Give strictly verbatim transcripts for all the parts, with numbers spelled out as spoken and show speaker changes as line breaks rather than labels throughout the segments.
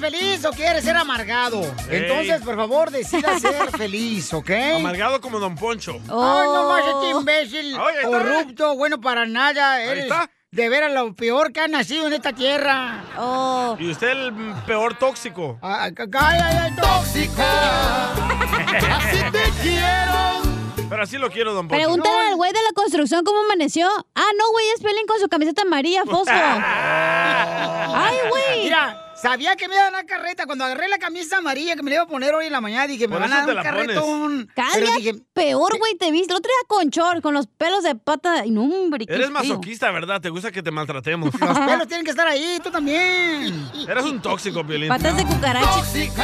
feliz o quiere ser amargado?
Ey.
Entonces, por favor, decida ser feliz, ¿ok?
Amargado como Don Poncho.
Ay, no más este imbécil,
Ay, ahí está.
corrupto, bueno para nada.
Ahí
Eres
está.
de veras lo peor que ha nacido en esta tierra.
Oh.
Y usted el peor tóxico.
Ay, ay, ay, ay, tóxica. Así te quiero.
Pero así lo quiero, Don Poncho.
Pregúntale al güey de la construcción cómo amaneció. Ah, no, güey, es Piolín con su camiseta amarilla, fosfo. Ay, güey.
Mira, sabía que me iba a dar una carreta. Cuando agarré la camisa amarilla que me la iba a poner hoy en la mañana, dije, me
Por
van a
eso
dar un
te la pones.
carretón.
Cada
Pero
día
dije,
peor, güey, te viste. El otro día con short, con los pelos de pata. Y no, hombre, qué
Eres
feo.
masoquista, ¿verdad? Te gusta que te maltratemos.
los pelos tienen que estar ahí, tú también.
Eres un tóxico, Piolín.
Patas de cucaracha.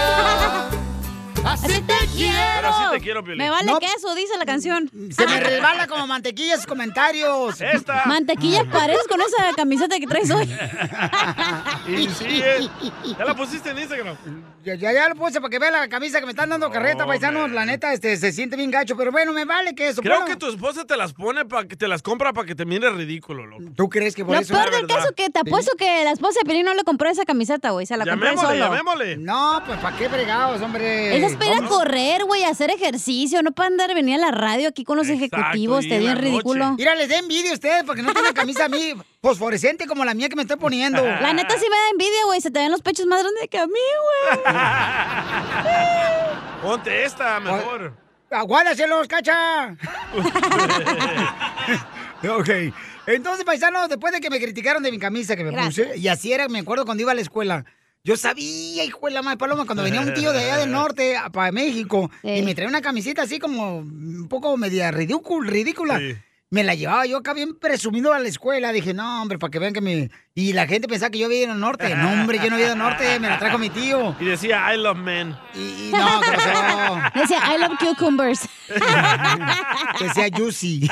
Así te quiero.
Pero sí te quiero, Piolín.
Me vale
No.
queso, dice la canción.
Se me resbala como mantequilla sus comentarios.
Esta.
Mantequilla paredes con esa camiseta que traes hoy.
Y sí, eh. ¿Ya la pusiste en Instagram?
Ya, ya, ya lo puse para que vea la camisa que me están dando carreta,
Oh,
paisanos.
man.
La neta, este, se siente bien gacho, pero bueno, me vale que eso.
Creo
ponlo.
que tu esposa te las pone para que te las compra para que te mire ridículo, loco.
¿Tú crees que por
Lo
eso?
peor
la
del
verdad.
caso que te apuesto que la esposa de Piolín no le compró esa camiseta, güey. Se la compró él
Llamémosle,
solo.
llamémosle.
No, pues ¿para qué fregados, hombre?
Ella espera
Vamos.
correr, güey, hacer ejercicio. No para andar venir a la radio aquí con los
Exacto,
ejecutivos.
y
Te
en
dio
la
ridículo.
Mira, les da envidia a ustedes porque no tienen camisa a mí fosforescente como la mía que me estoy poniendo.
La neta sí me da envidia, güey. Se te ven los pechos más grandes que a mí, güey.
Ponte esta, mejor.
¡Aguádaselos, cacha! Ok. Entonces, paisanos, después de que me criticaron de mi camisa que me
Gracias.
puse, y así era, me acuerdo cuando iba a la escuela. Yo sabía, hijo de la madre paloma, cuando venía un tío de allá del norte a- para México
Sí.
y me traía una camisita así como un poco media ridícula, ridícula.
Sí.
Me la llevaba yo acá bien presumido a la escuela. Dije, no, hombre, para que vean que me... Y la gente pensaba que yo había ido al norte. No, hombre, yo no había ido al norte, me la trajo mi tío.
Y decía, I love men.
Y, y no, ¿qué pasó?
Decía, I love cucumbers.
Decía Juicy.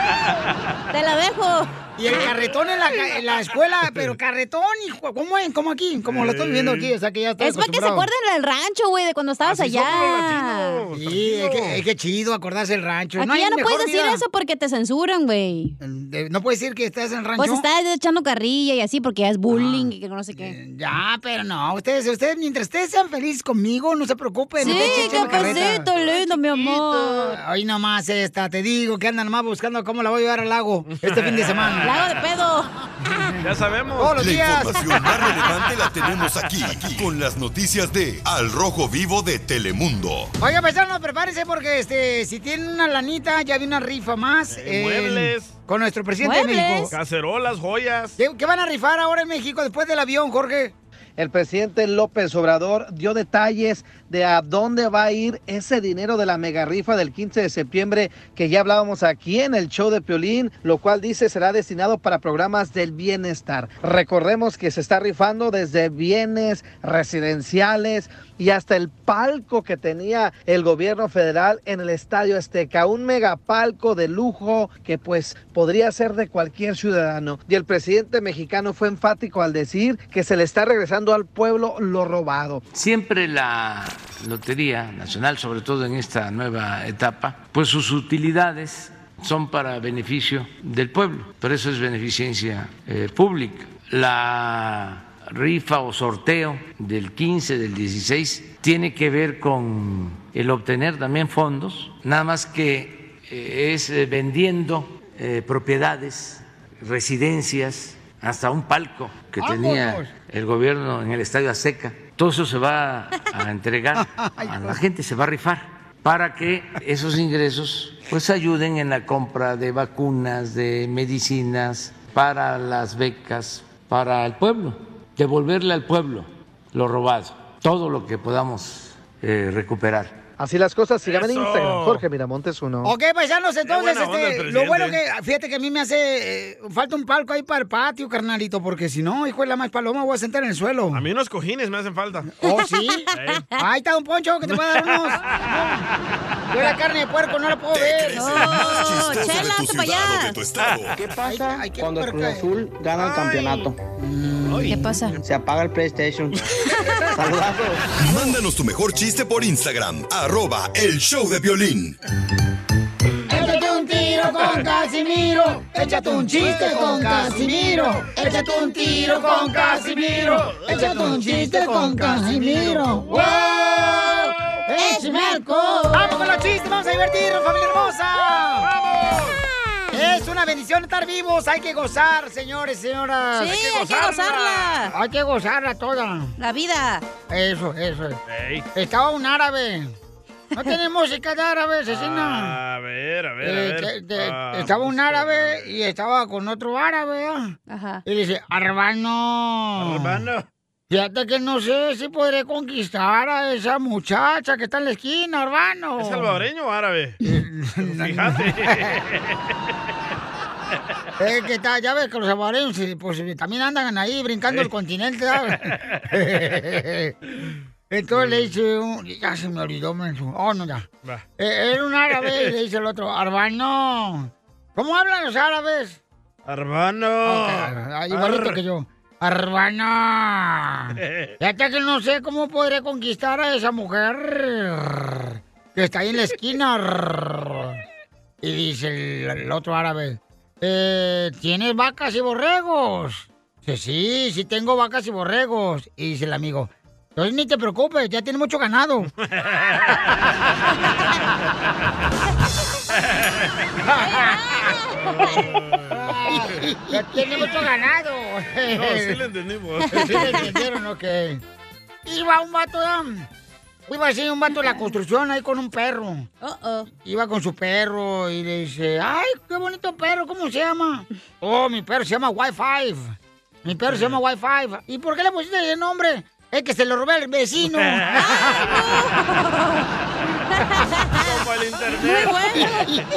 Te la dejo.
Y el carretón en la, ca- en la escuela, pero carretón, hijo, ¿cómo es? ¿Cómo aquí? Como lo estoy viviendo aquí, o sea que ya estoy
Es para que se
acostumbrado.
acuerden del rancho, güey, de cuando estabas
Así somos los
allá.
latinos,
Sí, es
tranquilo.
que, es que chido acordarse del rancho.
Aquí
hay
ya no
mejor
puedes decir
vida.
eso porque te censuran, güey.
De- No puedes decir que estás en el rancho.
Pues estás echando carrilla y así porque ya es bullying y que no sé qué.
Eh, Ya, pero no, ustedes, ustedes, mientras ustedes sean felices conmigo, no se preocupen.
Sí,
ustedes
qué
échenme carreta.
pasito lindo, mi amor.
Ay, nomás esta, te digo que andan nomás buscando cómo la voy a llevar al lago este fin de semana.
Lago de pedo.
Ya sabemos.
Todos los
La
días.
información más relevante la tenemos aquí, aquí, con las noticias de Al Rojo Vivo de Telemundo.
Oiga, paisanos, prepárense porque este, si tienen una lanita, ya vi una rifa más.
Eh,
en-
muebles.
Con nuestro presidente de
Muebles.
México.
Cacerolas, joyas.
¿Qué, qué van a rifar ahora en México después del avión, Jorge?
El presidente López Obrador dio detalles de a dónde va a ir ese dinero de la mega rifa del quince de septiembre que ya hablábamos aquí en el show de Piolín, lo cual dice será destinado para programas del bienestar. Recordemos que se está rifando desde bienes residenciales y hasta el palco que tenía el gobierno federal en el Estadio Azteca, un megapalco de lujo que pues podría ser de cualquier ciudadano. Y el presidente mexicano fue enfático al decir que se le está regresando al pueblo lo robado.
Siempre la Lotería Nacional, sobre todo en esta nueva etapa, pues sus utilidades son para beneficio del pueblo, por eso es beneficencia eh, pública. La rifa o sorteo del quince, del dieciséis, tiene que ver con el obtener también fondos, nada más que eh, es eh, vendiendo eh, propiedades, residencias, hasta un palco que tenía el gobierno en el Estadio Azteca. Todo eso se va a entregar a la gente, se va a rifar para que esos ingresos pues ayuden en la compra de vacunas, de medicinas, para las becas, para el pueblo, devolverle al pueblo lo robado, todo lo que podamos eh, recuperar.
Así las cosas, síganme en
Eso.
Instagram, Jorge Miramontes uno.
Ok, paisanos, entonces,
buena onda el
este, lo
presidente.
bueno que, fíjate que a mí me hace, eh, falta un palco ahí para el patio, carnalito, porque si no, hijo de la más paloma, voy a sentar en el suelo.
A mí unos cojines me hacen falta.
¿Oh, sí?
Sí.
Ahí está un poncho que te va a dar unos. Yo la carne de puerco no la puedo
Te
ver.
crees el más chistoso de
chela,
tu
hazte pa'
ciudad o
allá.
de tu estado.
¿Qué pasa
Ay, ay, qué
cuando el Cruz
puerca.
Azul gana el
Ay.
campeonato?
¿Qué pasa?
Se apaga el PlayStation. Saludazo.
Mándanos tu mejor chiste por Instagram, arroba el show de violín.
Échate un tiro tiro con Casimiro. Échate un chiste con Casimiro. Échate un tiro con Casimiro. Échate un chiste con Casimiro. ¡Wow! ¡Échame alcohol! ¡Vamos con los chistes! ¡Vamos a divertirnos, familia hermosa! ¡Vamos! Es una bendición estar vivos. Hay que gozar, señores y señoras.
Sí,
hay que
hay que gozarla.
Hay que gozarla toda.
La vida.
Eso, eso.
Ey.
Estaba un árabe. No tiene música de árabe, asesina.
A ver, a ver, a
Eh,
ver.
te- te-
Ah,
estaba un
busca,
árabe
a ver.
y estaba con otro árabe. ¿eh?
Ajá.
Y dice, Arbano.
Hermano.
Fíjate que no sé si podré conquistar a esa muchacha que está en la esquina, Arbano.
¿Es salvadoreño o árabe? Fíjate.
Es que está, ya ves que los salvadoreños pues, también andan ahí brincando el continente, ¿sabes? Entonces le dice, un, ya se me olvidó, menso. Oh, no, ya.
Va.
Eh, era un árabe y le dice el otro, Arbano. ¿Cómo hablan los árabes?
Arbano.
Ah, igualito
Ar-
que yo. Arbano. Fíjate que no sé cómo podré conquistar a esa mujer que está ahí en la esquina. Y dice el, el otro árabe, eh, ¿tienes vacas y borregos? Dice, sí, sí tengo vacas y borregos. Y dice el amigo, entonces ni te preocupes, ya tienes mucho ganado. Ya tiene mucho ganado.
No, sí le entendimos.
Sí le entendieron, ok. Iba un vato, ¿eh? Iba así un vato en la construcción ahí con un perro.
Uh -oh.
Iba con su perro y le dice, ay, qué bonito perro, ¿cómo se llama? Oh, mi perro se llama Wi-Fi. Mi perro se llama Wi-Fi. ¿Y por qué le pusiste ese nombre? Es que se lo robé al vecino.
Como el internet.
Muy bueno.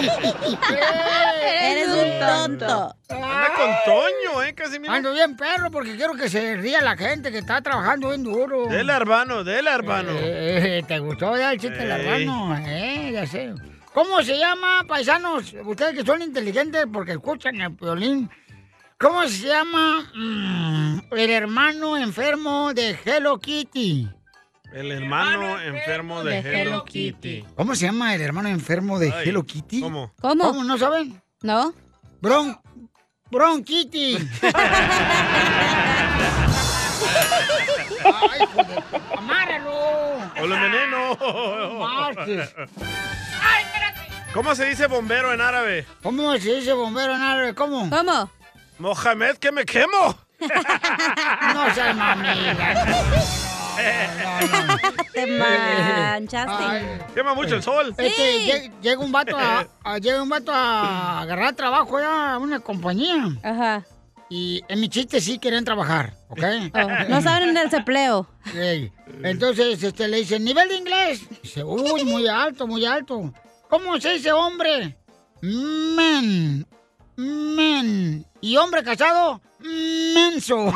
Eres un tonto.
Anda con Toño, ¿eh, Casimiro?
Ando bien perro porque quiero que se ría la gente que está trabajando bien duro.
Dele, hermano, dele, hermano.
Eh, ¿Te gustó ya el chiste del
Ey.
hermano? Eh, ya sé. ¿Cómo se llama, paisanos? Ustedes que son inteligentes porque escuchan el violín. ¿Cómo se llama mm, el hermano enfermo de Hello Kitty?
El hermano enfermo de,
de
Hello
Hello
Kitty.
¿Cómo se llama el hermano enfermo de
Ay,
Hello Kitty?
¿Cómo?
¿Cómo?
¿Cómo? ¿No saben?
¿No?
Bron... Bron Kitty. Ay, hijo de... ¡Amárralo!
¡O lo enveneno!
marches.
¿Cómo se dice bombero en árabe?
¿Cómo se dice bombero en árabe? ¿Cómo?
¿Cómo?
Mohamed, que me quemo.
No seas mamila.
Te manchaste.
Ay.
Quema mucho el sol.
Este,
Sí.
lleg- llega un vato a, a- llega un vato a agarrar trabajo ya a una compañía.
Ajá.
Y en mi chiste sí querían trabajar, ¿ok?
Oh, no saben del desempleo.
Ey, entonces este, le dice, ¿nivel de inglés? Dice, uy, muy alto, muy alto. ¿Cómo se dice hombre? Men. Men. ¿Y hombre casado? Menso.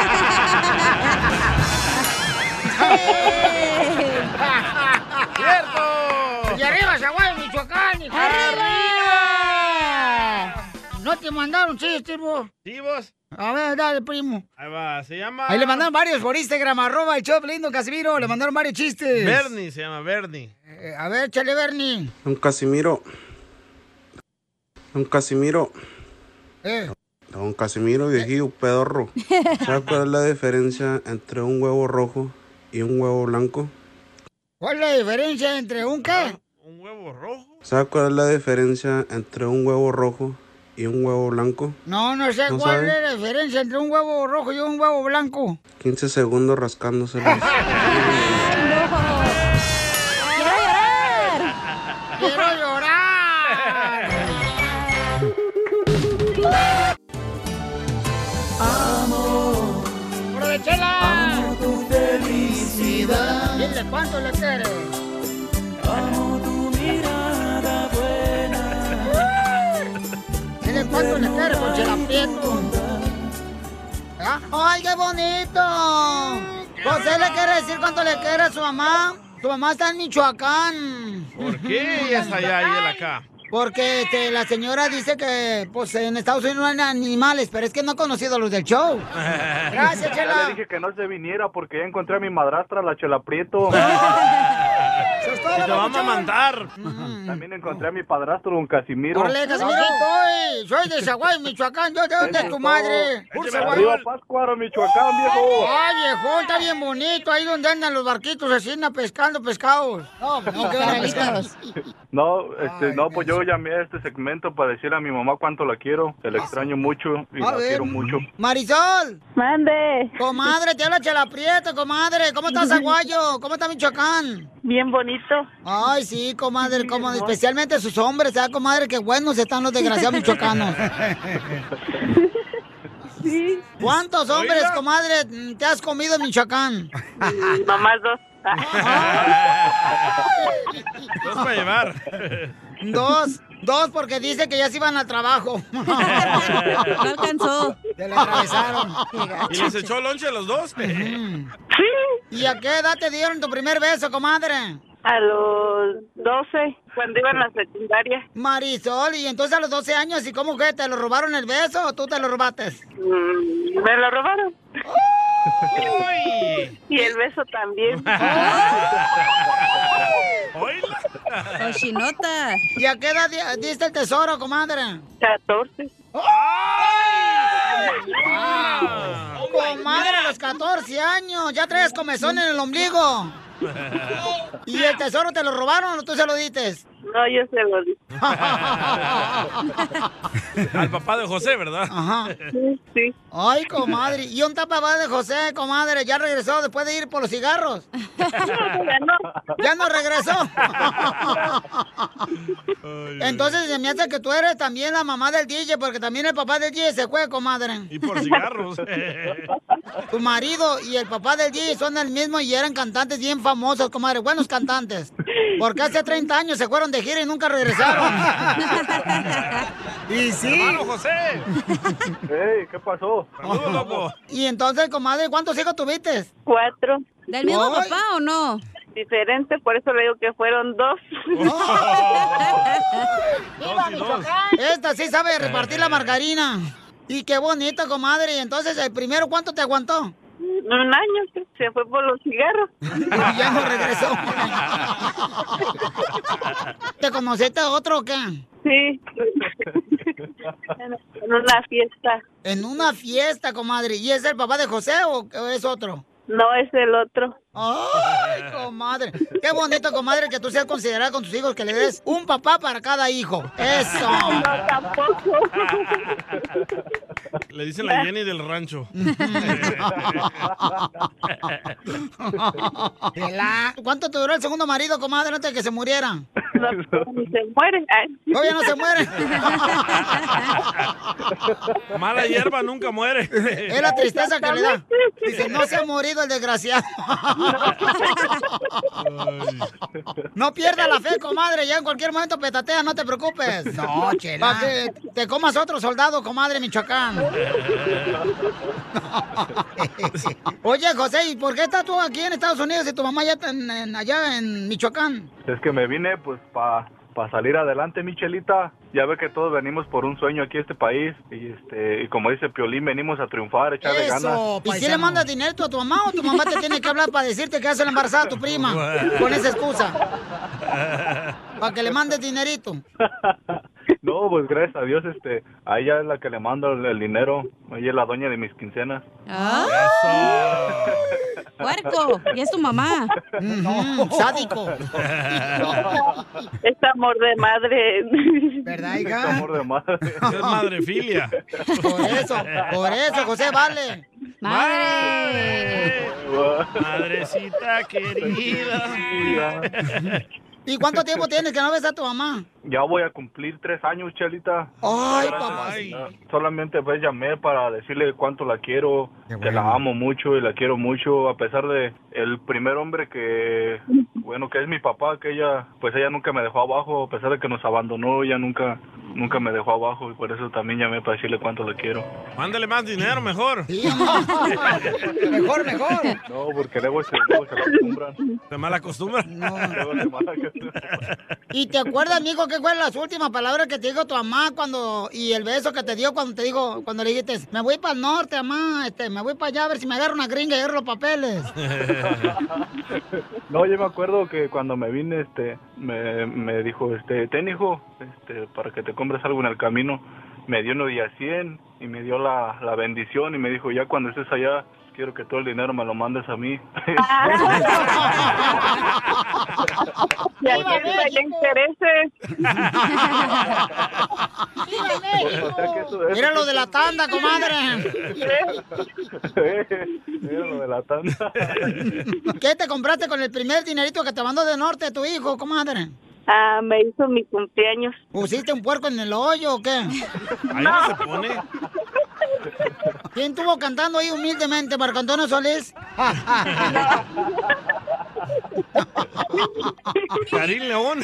¡Cierto!
¡Y arriba, Zaguayo, Michoacán! hijo!
¡Arriba!
¿No te mandaron chistes, vos?
¿Sí, vos?
A ver, dale, primo.
Ahí va, se llama...
Ahí le mandaron varios por Instagram, arroba el show lindo Casimiro. Le mandaron varios chistes.
Bernie, se llama Bernie.
Eh, a ver, échale, Bernie.
Don Casimiro. Don Casimiro.
Eh,
Don Casimiro, viejillo pedorro. ¿Sabe cuál es la diferencia entre un huevo rojo y un huevo blanco?
¿cuál es la diferencia entre un qué?
¿Un huevo rojo?
¿Sabe cuál es la diferencia entre un huevo rojo y un huevo blanco?
No, no sé
¿No
cuál
sabe?
es la diferencia entre un huevo rojo y un huevo blanco.
quince segundos rascándoselos.
¡Quiero llorar!
¡Quiero llorar! ¡Amo! ¡Aprovechela! ¡Amo tu felicidad! Dile cuánto le quieres. ¡Amo tu mirada buena! Dile cuánto le quieres, con Chela Prieto. ¿Ah? ¡Ay, qué bonito! José le quiere decir cuánto le quiere a su mamá. Su mamá está en Michoacán.
¿Por qué ella está allá y él acá?
Porque este, la señora dice que pues en Estados Unidos no hay animales, pero es que no ha conocido a los del show. Gracias,
Ya
Chela.
le dije que no se viniera porque ya encontré a mi madrastra, la Chela Prieto.
Y te va a mandar.
También encontré a mi padrastro, don Casimiro.
¡Órale, Casimiro! Soy, soy de Zaguay, Michoacán. ¿De dónde es tu madre?
Arriba Pátzcuaro, Michoacán, viejo.
Ay, viejo, está bien bonito. Ahí donde andan los barquitos así, andan pescando pescados. No, no, que van a pescar.
No, este, no, pues yo llamé a este segmento para decirle a mi mamá cuánto la quiero. Que la extraño mucho y
A
la
ver.
quiero mucho.
Marisol. Mande. Comadre, te habla Chela Prieto, comadre. ¿Cómo estás, Aguayo? ¿Cómo está Michoacán?
Bien bonito.
Ay, sí, comadre, como especialmente sus hombres, ¿sabes, comadre? Qué buenos están los desgraciados michoacanos.
Sí.
¿Cuántos hombres,
Oiga.
comadre, te has comido en Michoacán?
Nomás dos.
Dos para llevar.
Dos, dos, porque dice que ya se iban al trabajo. No alcanzó. Te la atravesaron.
¿Y les echó lonche a los dos?
¿Y a qué edad te dieron tu primer beso, comadre?
A los doce, cuando iba en la secundaria.
Marisol, y entonces a los doce años, ¿y cómo que? ¿Te lo robaron el beso o tú te lo robaste?
Mm, me lo robaron. Y el beso también.
Cochinota.
¿Y a qué edad di- diste el tesoro, comadre?
catorce.
Comadre, a los catorce años, ya traes comezón en el ombligo. ¿Y el tesoro te lo robaron o tú se lo diste?
No, yo se lo di.
Al papá de José, ¿verdad?
Ajá.
Sí, sí.
Ay, comadre. ¿Y un papá de José, comadre? ¿Ya regresó después de ir por los cigarros?
Ya no.
¿Ya no regresó? Entonces se me hace que tú eres también la mamá del D J, porque también el papá del D J se fue, comadre.
Y por cigarros.
Tu marido y el papá del D J son el mismo y eran cantantes bien famosos, comadre, buenos cantantes. Porque hace treinta años se fueron de gira y nunca regresaron. Y sí.
Hermano José.
Ey, ¿qué pasó?
Saludos, loco.
Y entonces, comadre, ¿cuántos hijos tuviste?
Cuatro.
¿Del mismo
Ay.
papá o no?
Diferente, por eso le digo que fueron dos.
¡Viva Michoacán! Esta sí sabe repartir la margarina. Y qué bonito, comadre. Y entonces, ¿el primero cuánto te aguantó?
Un año que se fue por los cigarros.
Y ya no regresó. ¿Te conociste a otro o qué?
Sí. En una fiesta.
En una fiesta, comadre. ¿Y es el papá de José o o es otro?
No, es el otro.
¡Ay, comadre! Qué bonito, comadre, que tú seas considerada con tus hijos, que le des un papá para cada hijo. ¡Eso!
No, tampoco.
Le dicen la Jenny del rancho.
¿Cuánto te duró el segundo marido, comadre, antes de que se muriera?
No, ni se muere. Ay.
Todavía no se muere.
Mala hierba nunca muere.
Es la tristeza que le da. Dice, no se ha morido el desgraciado. No pierda la fe, comadre. Ya en cualquier momento petatea, no te preocupes. No, chela. Para que te comas otro soldado, comadre, Michoacán. Oye, José, ¿y por qué estás tú aquí en Estados Unidos y tu mamá ya está en- en- allá en Michoacán?
Es que me vine pues para pa salir adelante, Michelita. Ya ve que todos venimos por un sueño aquí a este país. Y este y como dice Piolín, venimos a triunfar, a echarle ganas.
Eso, ¿y si le mandas dinero tú a tu mamá o tu mamá te tiene que hablar para decirte que hace la embarazada a tu prima? Con esa excusa. Para que le mandes dinerito.
No, pues gracias a Dios, este, a ella es la que le mando el, el dinero. Ella es la dueña de mis quincenas.
¡Ah! ¡Puerco! Y es tu mamá.
Ujú, sádico.
Es amor de madre.
¿Verdad,
Es
hija?
amor de madre.
Es madrefilia.
Por eso, por eso, José, vale.
¡Madre!
Madrecita querida.
¿Y cuánto tiempo tienes que no ves a tu mamá?
Ya voy a cumplir tres años, Chelita.
Ay,
Gracias.
papá.
Ay.
Solamente pues llamé para decirle cuánto la quiero, que la amo mucho y la quiero mucho, a pesar de el primer hombre que, bueno, que es mi papá, que ella, pues ella nunca me dejó abajo, a pesar de que nos abandonó, ella nunca, nunca me dejó abajo y por eso también llamé para decirle cuánto la quiero.
Mándale más dinero, mejor.
Sí, mamá. Mejor, mejor.
No, porque luego se, luego se acostumbran.
Se mala costumbre.
No.
Luego se mala-
¿Y te acuerdas, mijo, qué fueron las últimas palabras que te dijo tu mamá cuando y el beso que te dio cuando te dijo, cuando le dijiste, me voy para el norte, mamá, este, me voy para allá a ver si me agarro una gringa y agarro los papeles?
No, yo me acuerdo que cuando me vine, este, me, me dijo, este, ten hijo, este, para que te compres algo en el camino. Me dio uno día cien y me dio la, la bendición y me dijo, ya cuando estés allá, quiero que todo el dinero me lo mandes a mí.
Y aquí hay intereses.
Mira lo de la tanda, comadre.
Mira lo de la tanda.
¿Qué te compraste con el primer dinerito que te mandó de norte tu hijo, comadre?
Ah, me hizo mi cumpleaños.
¿Pusiste un puerco en el hoyo o qué?
Ahí no se pone.
¿Quién estuvo cantando ahí humildemente, Marco Antonio Solís?
Karim León.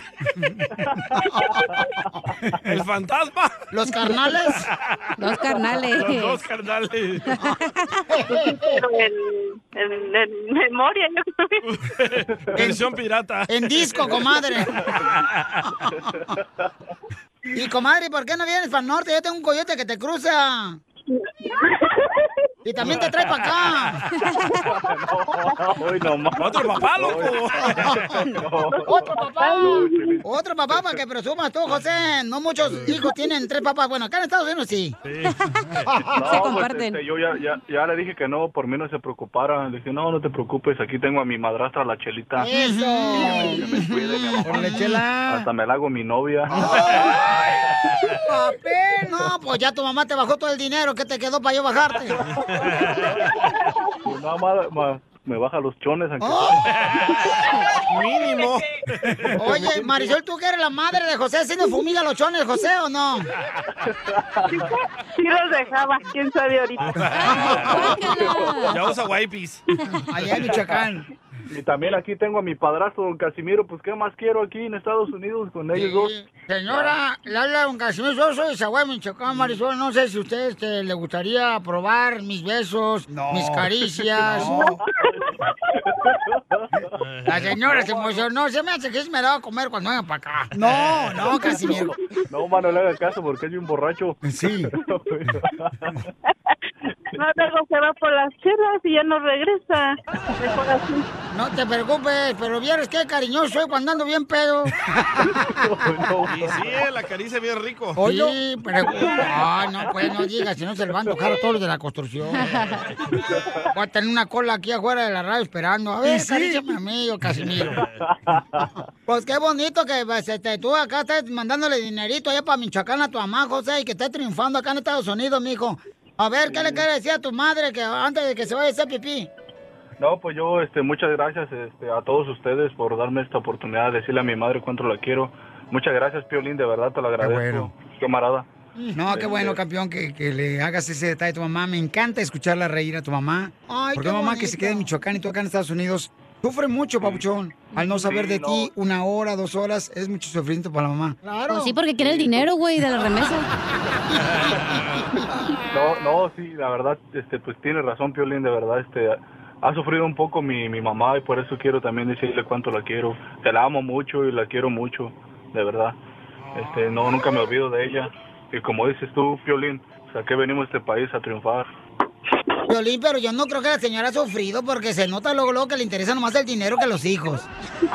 El fantasma.
¿Los carnales?
Los carnales.
Los dos carnales.
Pero en, en, en memoria, yo creo.
Versión pirata.
En disco, comadre. Y comadre, ¿por qué no vienes para el norte? Yo tengo un coyote que te cruza. Y también te trae para acá.
No, no,
Otro papá, loco.
No.
Otro papá. Otro papá para que presumas tú, José. No muchos hijos tienen tres papás. Bueno, acá en Estados Unidos sí.
Sí.
Se
No,
comparten.
pues, este, yo ya, ya, ya le dije que no, por mí no se preocupara. Le dije, no, no te preocupes, aquí tengo a mi madrastra, la Chelita.
Eso.
Que me cuide, mi amor.
Órale, Chela.
Hasta me la hago mi novia.
Papel, no, pues ya tu mamá te bajó todo el dinero. ¿Qué te quedó para yo bajarte?
Pues nada más, más me baja los chones. Aunque
Mínimo.
Oye, Marisol, ¿tú que eres la madre de José? ¿Sí nos fumiga los chones, José, o no?
Sí los dejaba, quién sabe ahorita.
Ya usa wipes.
Allá en Michoacán.
Y también aquí tengo a mi padrastro, don Casimiro. Pues, ¿qué más quiero aquí en Estados Unidos con ellos dos?
Señora, le habla don Casimiro, yo soy de Zaguay, Michoacán, Marisol. No sé si a usted este, le gustaría probar mis besos, mis caricias.
No.
La señora se emocionó, se me hace que se me la va a comer cuando venga para acá. No, no, Casimiro.
No, mano, le haga caso porque es un borracho.
Sí.
No, luego se va por las chelas y ya no regresa. Mejor así.
No te preocupes, pero vieras qué cariñoso soy cuando ando bien pedo.
Y sí, la caricia bien rico.
Oye, pero... Ay, no, pues no digas, si no se le van a tocar a todos los de la construcción. Voy a tener una cola aquí afuera de la radio esperando. A ver, caríciame a mí, yo Casimiro. Pues qué bonito que pues, este, tú acá estás mandándole dinerito allá para Michoacán a tu mamá, José, y que estés triunfando acá en Estados Unidos, mijo. A ver, ¿qué le quiere decir a tu madre que antes de que se vaya a hacer pipí?
No, pues yo, este, muchas gracias este, a todos ustedes por darme esta oportunidad de decirle a mi madre cuánto la quiero. Muchas gracias, Piolín, de verdad te lo agradezco,
bueno.
camarada.
No, qué bueno, campeón, que, que le hagas ese detalle a tu mamá. Me encanta escucharla reír a tu mamá. Ay, porque mamá bonito. Que se queda en Michoacán y tú acá en Estados Unidos sufre mucho, papuchón. Al no saber
Sí,
de
no.
ti una hora, dos horas, es mucho sufrimiento para la mamá.
Claro. Pues sí, porque quiere el dinero, güey, de la remesa.
No, no, sí, la verdad, este, pues tiene razón, Piolín, de verdad, este, ha sufrido un poco mi, mi mamá y por eso quiero también decirle cuánto la quiero. Te la amo mucho y la quiero mucho, de verdad. Este, no, nunca me olvido de ella. Y como dices tú, Piolín, o sea, que venimos a este país a triunfar.
Violín, pero yo no creo que la señora ha sufrido porque se nota luego, luego que le interesa nomás el dinero que los hijos.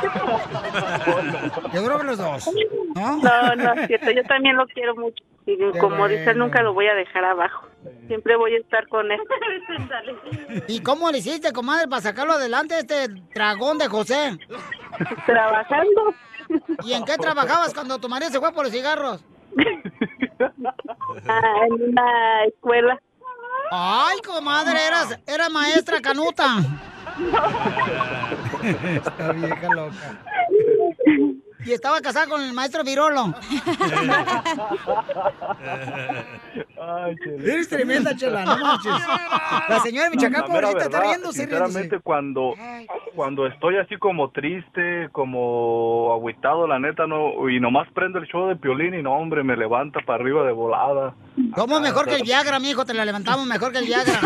Yo creo que los dos, ¿no?
No, no es cierto, yo también lo quiero mucho. Y como
bueno.
dice, nunca lo voy a dejar abajo. Siempre voy a estar con él.
¿Y cómo le hiciste, comadre, para sacarlo adelante este dragón de José?
Trabajando.
¿Y en qué trabajabas cuando tu marido se fue por los cigarros?
Ah, en una escuela.
Ay, comadre, eras, era maestra canuta. Esta vieja loca. Y estaba casada con el maestro Virolo.
Ay, Chela.
Eres tremenda, Chela, no manches. La señora de Michoacán,
La mera
pobrecita, está
verdad,
riéndose,
sinceramente,
riéndose.
cuando, cuando estoy así como triste, como agüitado, la neta, no, y nomás prendo el show de Piolín y no, hombre, me levanta para arriba de volada.
¿Cómo mejor que el Viagra, mijo? Te la levantamos mejor que el Viagra.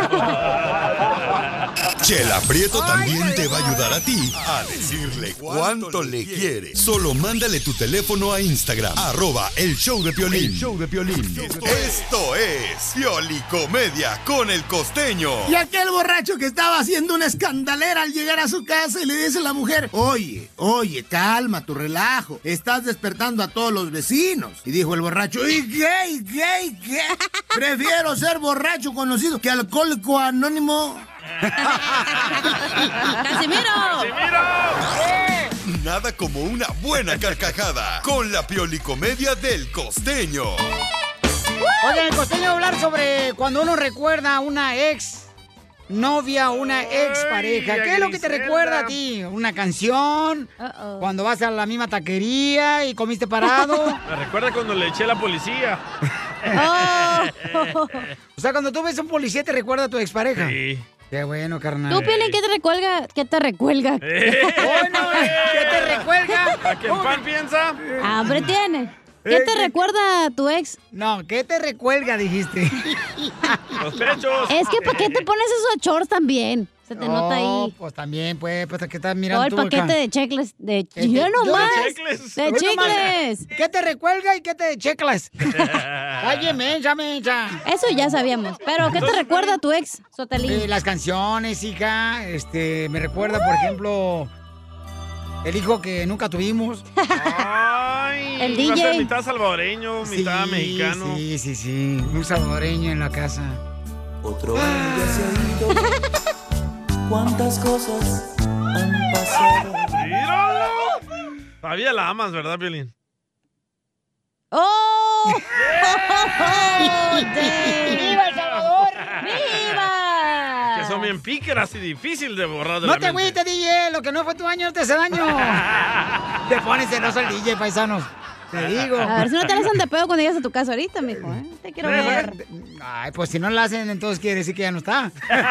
Chela Prieto también te va a ayudar a ti a decirle cuánto le quiere. Solo Mándale tu teléfono a Instagram, arroba el show de Piolín. El show de Piolín. Esto es Piolicomedia con el Costeño.
Y aquel borracho que estaba haciendo una escandalera al llegar a su casa y le dice a la mujer, oye, oye, calma tu relajo, estás despertando a todos los vecinos. Y dijo el borracho, ¿y qué, y qué, y qué? Prefiero ser borracho conocido que alcohólico anónimo.
¡Casimiro!
¡Casimiro!
Nada como una buena carcajada con la Piolicomedia del Costeño.
Oigan, el Costeño va a hablar sobre cuando uno recuerda a una ex novia o una ex pareja. ¿Qué es lo que te recuerda a ti? ¿Una canción? Uh-oh. Cuando vas a la misma taquería y comiste parado.
Me recuerda cuando le eché a la policía.
Oh. O sea, cuando tú ves a un policía, ¿te recuerda a tu expareja?
Sí.
Qué bueno, carnal.
¿Tú, Piolín, qué te recuelga? ¿Qué te recuelga?
Eh.
Bueno, ¿qué te recuelga?
¿A qué pan piensa?
Hambre tiene. ¿Qué te recuerda a tu ex?
No, ¿qué te recuelga, dijiste?
Los pechos.
Es que ¿para qué te pones esos shorts también? Se te
no,
nota ahí.
Pues también, pues, pues que estás mirando.
Todo el
tú,
paquete
acá.
de checles. De
Este,
yo nomás.
De chicles.
De chicles.
¿Qué te recuelga y qué te checlas? Oye, mencha, mencha.
Eso ya sabíamos. Pero ¿qué te recuerda a tu ex, Sotelín?
Eh, las canciones, hija. Este, me recuerda, por ejemplo, el hijo que nunca tuvimos.
Ay,
el
iba a
D J.
ser mitad salvadoreño, mitad
sí,
mexicano.
Sí, sí, sí. Un salvadoreño en la casa.
Otro año ya se ha ido. ¿Cuántas cosas han pasado?
¡Míralo! Todavía la amas, ¿verdad, Piolín?
¡Oh!
¡Oh! ¡Viva El Salvador!
¡Viva!
Que son bien pícaras y difícil de borrar de
No
la
te
mente.
agüites, D J. Lo que no fue tu año no te hace daño. Te pones celoso el D J, paisanos. Te digo.
A ver si no te la hacen de pedo cuando llegas a tu casa ahorita, mijo, ¿eh? Te quiero ver.
Ay, pues si no la hacen, entonces quiere decir que ya no está.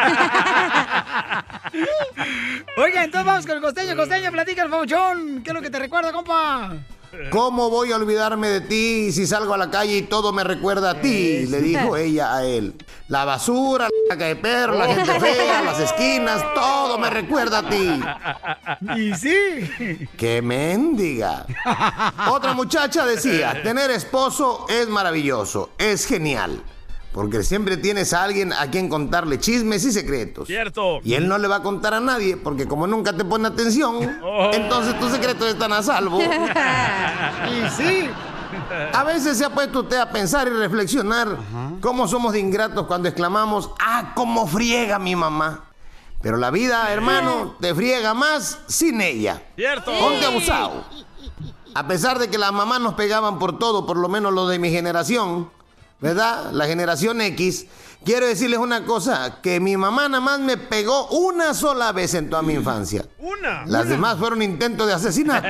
Oiga, entonces vamos con el Costeño. Costeño, platica el fauchón. ¿Qué es lo que te recuerda, compa?
¿Cómo voy a olvidarme de ti si salgo a la calle y todo me recuerda a ti? Le dijo ella a él. La basura, la caca de perro, la gente fea, las esquinas, todo me recuerda a ti.
Y sí.
¡Qué mendiga! Otra muchacha decía, tener esposo es maravilloso, es genial. Porque siempre tienes a alguien a quien contarle chismes y secretos.
Cierto.
Y él no le va a contar a nadie, porque como nunca te pone atención, oh. entonces tus secretos están a salvo.
Y sí.
A veces se ha puesto usted a pensar y reflexionar uh-huh. cómo somos de ingratos cuando exclamamos, ¡ah, cómo friega mi mamá! Pero la vida, hermano, te friega más sin ella.
Cierto.
Ponte abusado. A pesar de que las mamás nos pegaban por todo, por lo menos los de mi generación, ¿verdad? La generación X. Quiero decirles una cosa, que mi mamá nada más me pegó una sola vez en toda mi infancia.
¿Una?
Las
una.
demás fueron intentos de asesinato.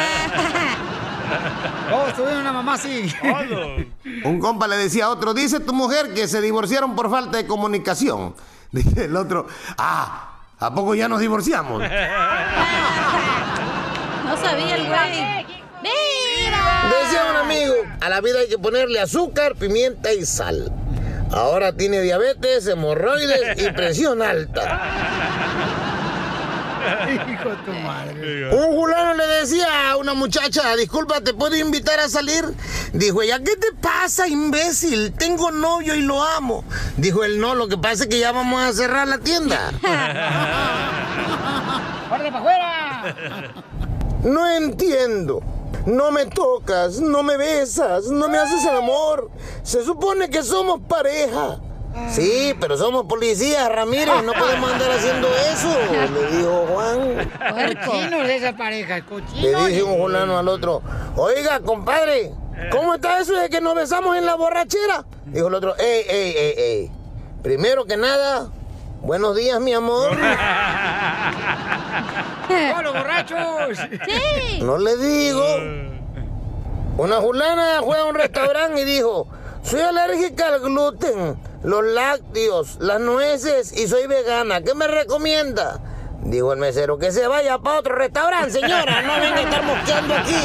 Oh, tuve una mamá así.
Un compa le decía a otro, dice tu mujer que se divorciaron por falta de comunicación. Dice el otro, ah, ¿a poco ya nos divorciamos?
No sabía el güey. ¡Viva!
Decía un amigo, a la vida hay que ponerle azúcar, pimienta y sal. Ahora tiene diabetes, hemorroides y presión alta.
Hijo de tu madre.
Un fulano le decía a una muchacha, disculpa, ¿te puedo invitar a salir? Dijo ella, ¿qué te pasa, imbécil? Tengo novio y lo amo. Dijo él, no, lo que pasa es que ya vamos a cerrar la tienda.
¡Órale para afuera!
No entiendo. No me tocas, no me besas, no me haces el amor. Se supone que somos pareja. Sí, pero somos policías, Ramírez, no podemos andar haciendo eso, le dijo Juan.
Cochinos esa pareja, cochinos.
Le dice un fulano al otro, oiga, compadre, ¿cómo está eso de que nos besamos en la borrachera? Dijo el otro, ey, ey, ey, ey, primero que nada, buenos días, mi amor.
¡Oh, los borrachos!
¡Sí!
No le digo. Una fulana fue a un restaurante y dijo, soy alérgica al gluten, los lácteos, las nueces y soy vegana. ¿Qué me recomienda? Dijo el mesero, que se vaya para otro restaurante, señora. No venga a estar mosqueando aquí.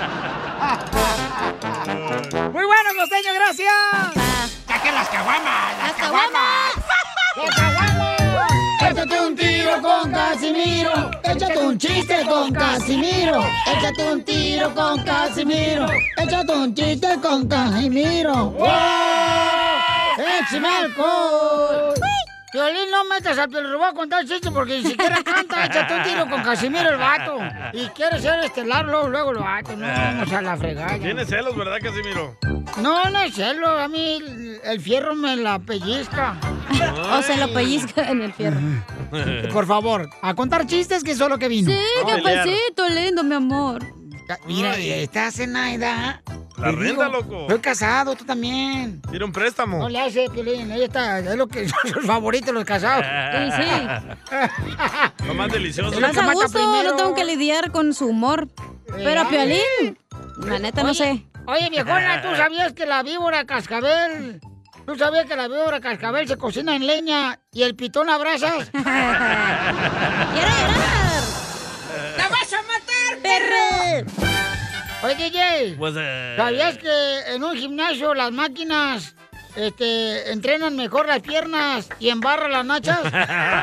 Muy bueno, Costeño, gracias. ¡Saquen las caguamas! ¡Las caguamas! ¡Las caguamas! ¡Échate un tiro con Casimiro! tiro, échate un chiste con Casimiro. Échate un tiro con Casimiro. Échate un chiste con Casimiro. ¡Wow! ¡Échame alcohol! Piolín, no metas al Piolín, voy a contar el chiste porque ni siquiera canta. Échate un tiro con Casimiro el vato. Y quiere ser estelar luego, luego el vato. No, vamos a la fregada.
Tienes celos, ¿verdad, Casimiro?
No, no es celo. A mí el, el fierro me la pellizca.
O se lo pellizca en el fierro.
Por favor, a contar chistes, que eso es lo que vino.
Sí, qué pasito lindo, mi amor.
Mira, esta Zenaida.
La renta, loco.
Estoy casado, tú también.
Tira un préstamo.
No le hace, Piolín. Ella está, es lo que son sus favoritos los casados.
Sí, sí.
Lo más delicioso.
Más a gusto, no tengo que lidiar con su humor. Pero a Piolín, la neta, no sé.
Oye, viejona, ¿tú sabías que la víbora cascabel... ¿Tú sabías que la víbora cascabel se cocina en leña y el pitón a brasas?
¡Quiero llorar!
¡La vas a matar, perro! Oye, D J,
Pues, eh...
¿sabías que en un gimnasio las máquinas este, entrenan mejor las piernas y embarran las nachas? ¡La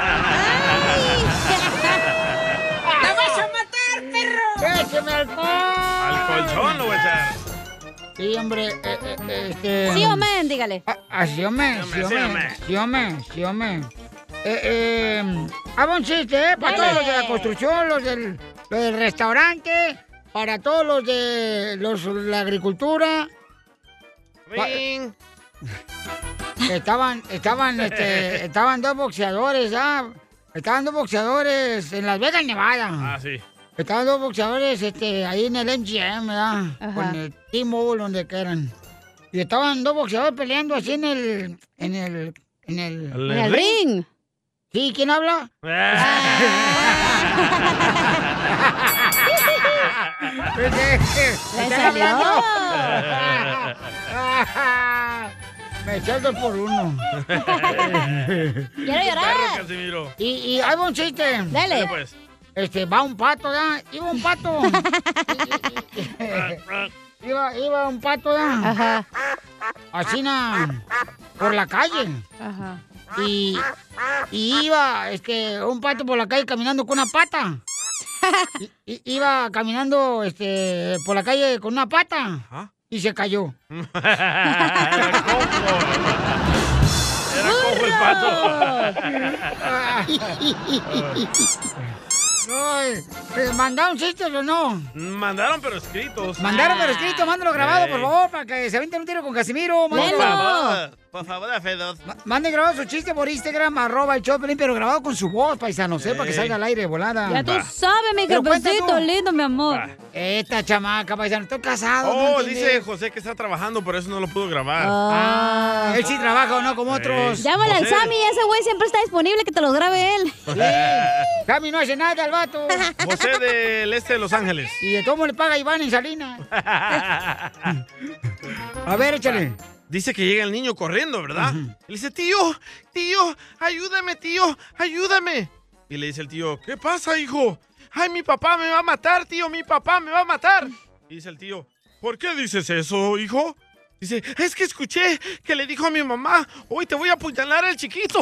vas a matar, perro! ¡Écheme alcohol!
Al colchón lo voy a echar.
Sí, hombre, eh, eh, este...
Sí, hombre, dígale.
Ah, ah, sí, hombre, sí, hombre, sí, hombre, sí, hombre. Eh, eh, hago un chiste, ¿eh? Para
Dale.
todos los de la construcción, los del, los del restaurante, para todos los de los, la agricultura.
Ring.
Estaban, estaban, este, estaban dos boxeadores, ¿ah? Estaban dos boxeadores en Las Vegas, Nevada.
Ah, sí.
Estaban dos boxeadores este, ahí en el M G M, ¿verdad?
Ajá.
Con el T-Mobile, donde quieran. Y estaban dos boxeadores peleando así en el... En el... En el,
¿El
En el ring.
¿Sí? ¿Quién habla?
¡Le salió!
Me eché el dos por uno.
¡Quiero
Perro,
llorar!
Casimiro.
Y, y hay un chiste.
Dale,
Dale.
pues.
Este, va un pato, ¿ya? Iba un pato. iba, iba un pato, ¿ya?
Ajá.
Así na, por la calle.
Ajá.
Y, y iba, este, un pato por la calle caminando con una pata. I- i- iba caminando, este, por la calle con una pata.
Ajá.
Y se cayó.
Era cojo. Era cojo el pato.
Ay, ¿te ¿mandaron chistes o no?
Mandaron, pero escritos.
Mandaron pero escrito, mándalo grabado,
Ey.
por favor, para que se avienten un tiro con Casimiro.
Por
Mándalo.
favor, por favor, F dos.
Ma- Manden grabado su chiste por Instagram, arroba el Choplin, pero grabado con su voz, paisano, ¿eh? Para que
Ey.
salga al aire de volada.
Ya tú
Va.
sabes, mi
Pero cuenta
jefecito
tú.
lindo, mi amor.
Va.
Esta chamaca, paisano, estoy casado. ¿no
Oh,
entiendes?
dice José que está trabajando, por eso no lo pudo grabar.
Ah, él sí trabaja o no, como otros.
Llámale al
José.
Sammy, ese güey siempre está disponible, que te los grabe él.
Sí. Cami no hace nada al vato.
José del este de Los Ángeles.
¿Y de cómo le paga Iván en Salinas? A ver, échale.
Dice que llega el niño corriendo, ¿verdad? Y le dice, tío, tío, ayúdame, tío, ayúdame. Y le dice el tío, ¿qué pasa, hijo? Ay, mi papá me va a matar, tío, mi papá me va a matar. Y dice el tío, ¿por qué dices eso, hijo? Dice, es que escuché que le dijo a mi mamá, hoy te voy a apuñalar al chiquito.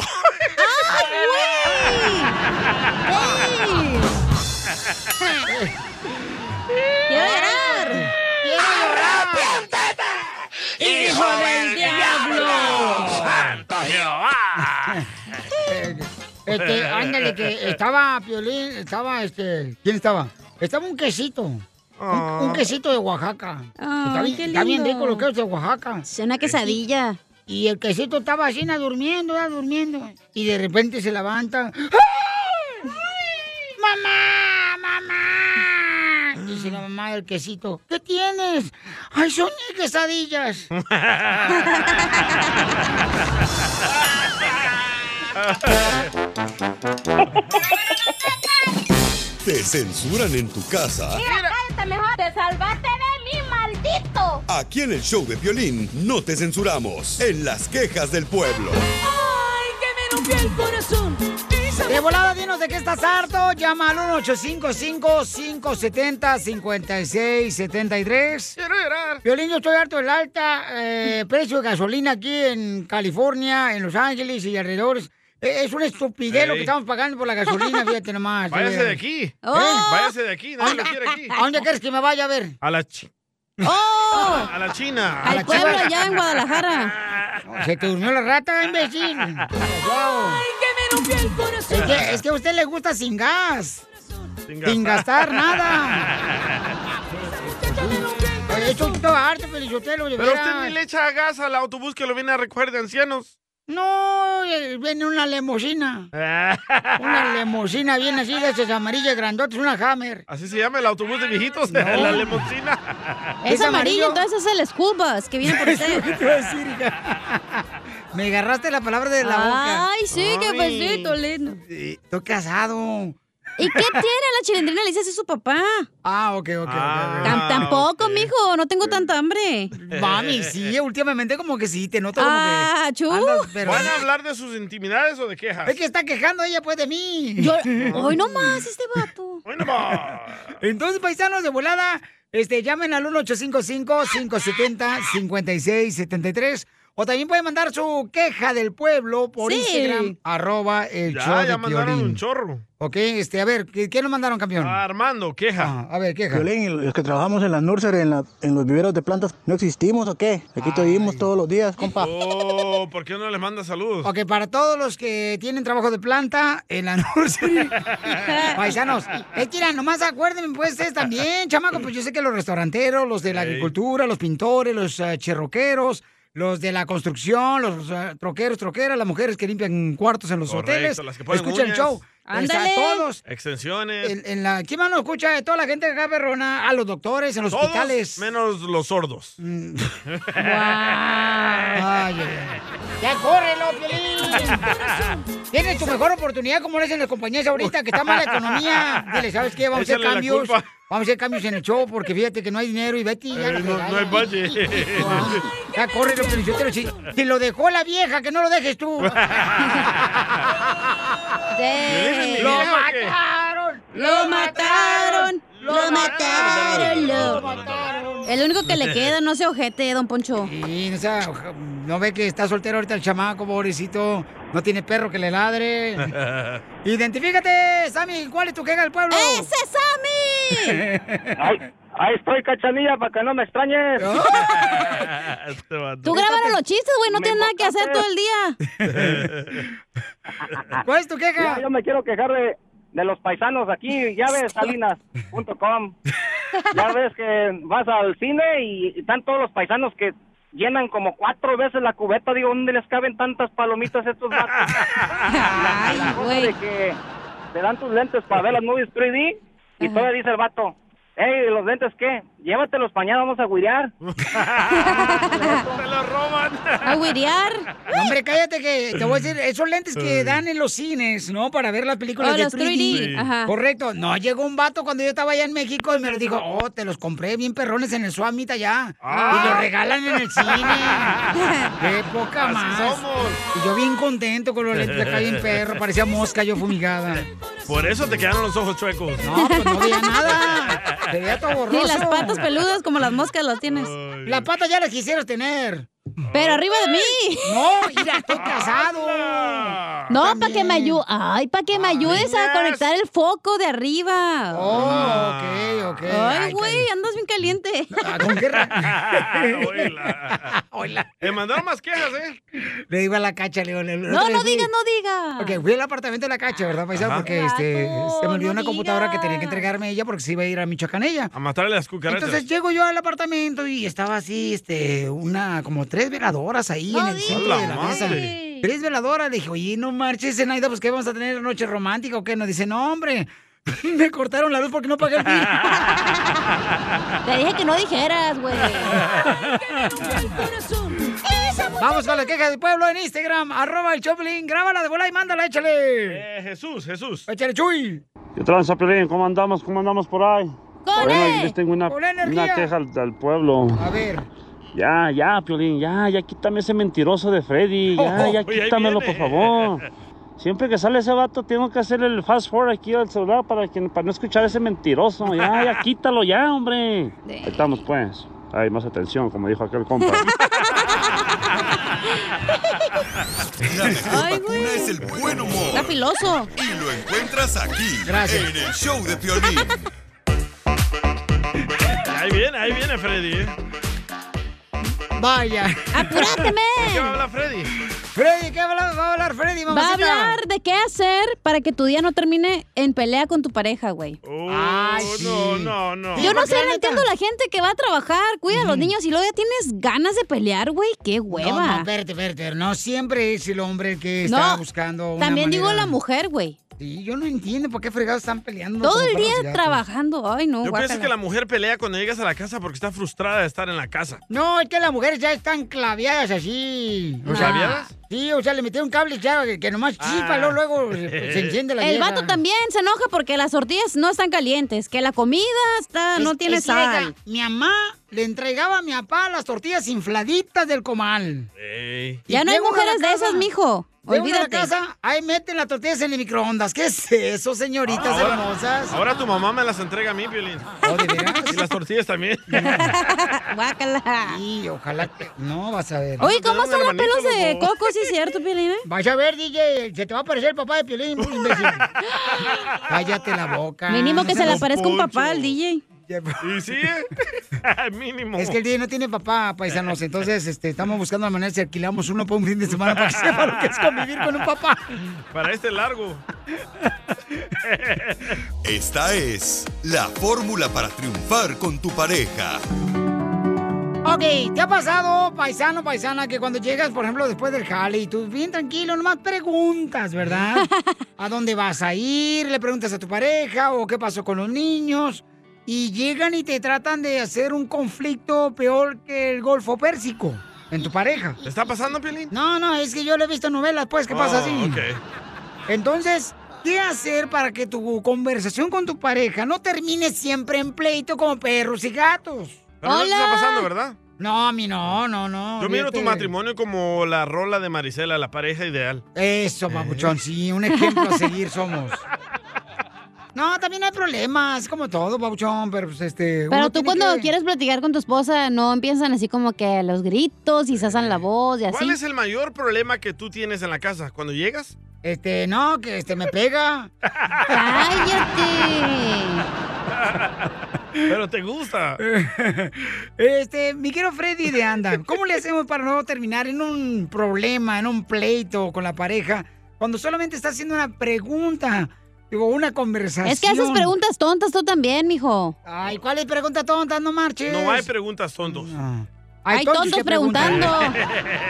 ¡Quiero llorar!
¡Quiero llorar!
¡Hijo del diablo!
¡Santo Jehová!
Este, ándale, que estaba Piolín, estaba este. ¿Quién estaba? Estaba un quesito. Un, un quesito de Oaxaca.
Ay,
está, bien,
qué
está bien
lindo.
rico los quesos de Oaxaca.
Es una quesadilla.
Y el quesito estaba así, na, durmiendo, ya, durmiendo. Y de repente se levanta. ¡Ay! ¡Mamá! ¡Mamá! Dice la mamá del quesito. ¿Qué tienes? ¡Ay, soñé quesadillas!
¿Te censuran en tu casa?
Mira, cállate mejor. Te salvaste de mí, maldito.
Aquí en el show de Piolín no te censuramos. En las quejas del pueblo.
Ay, que me rompió el corazón.
De volada, dinos de qué estás harto. Llama al uno ocho cinco cinco, cinco siete cero, cinco seis siete tres.
Quiero llorar.
Violín, yo estoy harto del alta eh, precio de gasolina aquí en California, en Los Ángeles y alrededores. Es una estupidez lo que
Ey.
estamos pagando por la gasolina, fíjate nomás.
Váyase
veras.
de aquí.
¿Eh?
Váyase de aquí, nadie lo quiere aquí.
¿A dónde quieres que me vaya a ver?
A la chi-
¡Oh!
a la China.
A la
Al pueblo
China.
allá en Guadalajara.
Se te durmió la rata, imbécil. Wow. Es que, es que a usted le gusta sin gas.
Sin
Sin gastar nada. Oye, eso es todo harto, Pelizotelo, de
Pero
veras.
usted ni le echa gas al autobús que lo viene a recoger de ancianos.
No, eh, viene una limusina. Una limusina bien así, de esas amarillas grandotas, una Hammer.
Así se llama el autobús de viejitos,
No.
la limusina.
Es amarillo, entonces es el school bus que viene por usted.
¿Qué te iba a decir, hija? Me agarraste la palabra de la boca.
Ay, sí, qué besito, lindo.
Sí, estoy casado.
¿Y qué tiene la chilindrina? Le dice así a su papá.
Ah, ok, ok, ok.
Tam- Tampoco, mijo, no tengo tanta hambre.
Mami, sí, últimamente como que sí, te noto como
Ah,
que...
chu.
andas, pero-
¿Van a hablar de sus intimidades o de quejas?
Es que está quejando ella, pues, de mí.
Yo, hoy no más este vato.
Hoy no más.
Entonces, paisanos de volada, este, llamen al uno ocho cinco cinco, cinco siete cero, cinco seis siete tres. O también pueden mandar su queja del pueblo por
Sí.
Instagram, arroba el
Ya,
show de
ya mandaron
Piolín.
un chorro.
Ok, este, a ver, ¿qué, qué nos mandaron, campeón?
Ah, Armando, queja.
Ah, a ver, queja.
Violín, los que trabajamos en la nursery, en, la- en los viveros de plantas, ¿no existimos o qué? Aquí te oímos todos los días, compa.
Oh, ¿por qué no les manda saludos?
Ok, para todos los que tienen trabajo de planta en la nursery, paisanos, es que, mira, nomás acuérdenme, pues, ustedes también, chamaco, pues yo sé que los restauranteros, los de la
Ey.
agricultura, los pintores, los uh, cherroqueros, los de la construcción, los uh, troqueros, troqueras, las mujeres que limpian cuartos en los
Correcto,
hoteles,
las que ponen
escuchan el
uñas.
show.
Ándale.
O sea, todos.
Extensiones.
En, en la, ¿quién más nos escucha? Toda la gente acá, perrona, a los doctores, en los
Todos
hospitales.
menos los sordos.
Mm. Ay, ay, ay. ¡Ya córrelo, Piolín! Tienes tu mejor oportunidad, como eres en las compañías ahorita, que está mala economía. Dile, ¿sabes qué? Vamos a hacer
Échale la
cambios.
culpa.
Vamos a hacer cambios en el show, porque fíjate que no hay dinero y Betty ya
Eh,
la
no,
regala.
no hay budget.
Ya córrelo, Piolín. Yo te lo- Si, si lo dejó la vieja, que no lo dejes tú.
Sí.
¡Lo
¿Vieja o qué?
mataron!
Lo mataron, lo mataron,
¡Lo
lo
mataron!
El único que le queda, no se ojete, don Poncho.
Sí, no, sea, no ve que está soltero ahorita el chamaco, pobrecito. No tiene perro que le ladre. Identifícate, Sammy. ¿Cuál es tu queja del pueblo?
¡Ese es Sammy!
Ahí, ahí estoy, Cachanilla, para que no me extrañes.
Este vato.
Tú grábanos los chistes, güey, no
Me
tienes nada que hacer
botaste.
todo el día.
¿Cuál es tu queja?
Ya, yo me quiero quejar de, de los paisanos aquí. Ya ves, salinas punto com. Ya ves que vas al cine y están todos los paisanos que llenan como cuatro veces la cubeta. Digo, ¿dónde les caben tantas palomitas a estos vatos?
Ay,
La cosa
güey.
de que te dan tus lentes para ver las movies tres D y
Ajá.
todavía dice el vato, hey, ¿los lentes qué? Llévatelos mañana, vamos a guiar.
Se lo roban.
¿A guirear?
No, hombre, cállate que te voy a decir, esos lentes que dan en los cines, ¿no? Para ver las películas
Oh,
de
los
tres D.
tres D, ajá.
Correcto. No, llegó un vato cuando yo estaba allá en México y me lo dijo, oh, te los compré bien perrones en el Swamit allá.
Ah.
Y los regalan en el cine. Qué poca
Así
más.
somos.
Y yo bien contento con los lentes acá bien perro, parecía mosca yo fumigada.
Por eso te quedaron los ojos chuecos.
No, pues no veía nada. Se veía todo borroso.
Ni las patas peludas como las moscas las tienes.
Las patas ya las quisieras tener.
Pero arriba de mí.
No, mira, estoy casado.
No, para que me ayude. Ay, para que me ayudes a conectar el foco de arriba.
Oh, ok, ok.
Ay, güey, andas bien caliente.
Ah, ¿con qué ra-
Oíla.
Hola.
Me mandaron más quejas, ¿eh?
Le digo a la cacha, le digo, le- le-
No,
otra
no
vez fui-
digas, no digas.
Ok, fui al apartamento de la cacha, ¿verdad, paisano?
Ajá.
Porque este,
Gato,
se me olvidó
no
una computadora que
digas.
tenía que entregarme ella porque se iba a ir a Michoacán ella.
A matarle las cucarachas.
Entonces llego yo al apartamento y estaba así, este, una, como tres veladoras ahí
No
en el
digas.
centro de la
¡A la
mesa.
madre!
Tres veladoras. Le dije, oye, no marches, Zenaida, pues, ¿qué vamos a tener noche romántica o qué? Nos dice, no, hombre, me cortaron la luz porque no pagué el bill.
Te dije que no dijeras, güey.
Vamos con la queja del pueblo en Instagram, arroba el Choplin, grábala de bola y mándala, échale.
Eh, Jesús, Jesús.
Échale, Chuy.
¿Qué tranza, Piolín? ¿Cómo andamos? ¿Cómo andamos por ahí?
¡Con
Bueno,
él!
yo les tengo una,
¡Con energía!
una queja al, al pueblo.
A ver.
Ya, ya, Piolín, ya, ya quítame ese mentiroso de Freddy. Ya, ya
Oye, ahí
quítamelo,
viene.
por favor. Siempre que sale ese vato, tengo que hacer el fast forward aquí al celular para, que, para no escuchar ese mentiroso. Ya, ya, quítalo ya, hombre. Ahí estamos, pues. Ay, más atención, como dijo aquel compa.
La mejor vacuna es el buen humor.
Está filoso.
Y lo encuentras aquí,
Gracias.
en el show de Piolín.
Ahí viene, ahí viene Freddy. ¿eh?
Vaya.
¡Apúrate, men!
¿Qué va a hablar Freddy?
Freddy, ¿qué va a hablar, va a hablar Freddy, mamacita?
Va a hablar de qué hacer para que tu día no termine en pelea con tu pareja, güey.
Oh,
Ay, sí.
no, no, no.
Yo no
porque
sé,
la
no
neta-
entiendo a la gente que va a trabajar, cuida a los niños y luego ya tienes ganas de pelear, güey. ¡Qué hueva!
No, no, espérate, espérate. No siempre es el hombre el que
No,
está buscando una
también digo
manera-
la mujer, güey.
Sí, yo no entiendo por qué fregados están peleando.
Todo
como
el
perros y
día
gatos.
trabajando. Ay, no,
Yo
guácala.
pienso que la mujer pelea cuando llegas a la casa porque está frustrada de estar en la casa.
No, es que las mujeres ya están claveadas así. O sea,
¿Claveadas?
Sí, o sea, le metieron cables ya que, que nomás
Ah.
chispa, luego, luego se, se enciende la
El
vieja.
vato también se enoja porque las tortillas no están calientes, que la comida está, no
Es-
tiene
es
sal.
que, mi mamá le entregaba a mi papá las tortillas infladitas del comal.
Ey.
Y
Ya no hay
llego uno a la
mujeres de
casa,
esas, mijo.
llego uno a la
Olvídate.
casa, ahí meten las tortillas en el microondas. ¿Qué es eso, señoritas
Ahora-
hermosas?
Ahora tu mamá me las entrega a mí, Piolín.
¿Oh, de veras?
Y las tortillas también.
Guácala.
Sí, ojalá que... No, vas a ver.
Oye, ¿cómo
Tenemos
están los
hermanito,
pelos de
loco.
coco? Sí, es cierto, Piolín, ¿eh?
Vas a ver, D J, se te va a aparecer el papá de Piolín, imbécil. Cállate la boca.
Mínimo que se le
Don
aparezca un papá
Poncho.
al D J.
Y sí, ¿eh? Mínimo.
Es que el D J no tiene papá, paisanos. Entonces, este, estamos buscando la manera de si alquilamos uno por un fin de semana para que sepa lo que es convivir con un papá.
Para este largo.
Esta es la fórmula para triunfar con tu pareja.
Ok, ¿te ha pasado, paisano, paisana, que cuando llegas, por ejemplo, después del jale y tú bien tranquilo, nomás preguntas, ¿verdad? ¿A dónde vas a ir? Le preguntas a tu pareja o qué pasó con los niños. Y llegan y te tratan de hacer un conflicto peor que el Golfo Pérsico en tu pareja.
¿Te está pasando, Piolín?
No, no, es que yo lo he visto en novelas, pues, ¿qué pasa
Oh,
así?
ok.
Entonces, ¿qué hacer para que tu conversación con tu pareja no termine siempre en pleito como perros y gatos?
Pero no te está pasando, ¿verdad?
No, a mí no, no, no.
Yo miro tu
olvídate.
matrimonio como la rola de Marisela, la pareja ideal.
Eso, papuchón, sí, un ejemplo a seguir somos. No, también hay problemas, como todo, papuchón, pero pues este...
Pero
uno
tú
tiene
cuando
que-
quieres platicar con tu esposa, no empiezan así como que los gritos y se hacen la voz y así.
¿Cuál es el mayor problema que tú tienes en la casa cuando llegas?
Este, no, que este me pega.
¡Cállate!
Pero te gusta.
Este, mi querido Freddy de Anda, ¿cómo le hacemos para no terminar en un problema, en un pleito con la pareja, cuando solamente está haciendo una pregunta, digo, una conversación?
Es que haces preguntas tontas tú también, mijo.
Ay, ¿cuál es pregunta tonta? No marches.
No hay preguntas tontos.
Hay tontos
que
preguntando.
preguntan.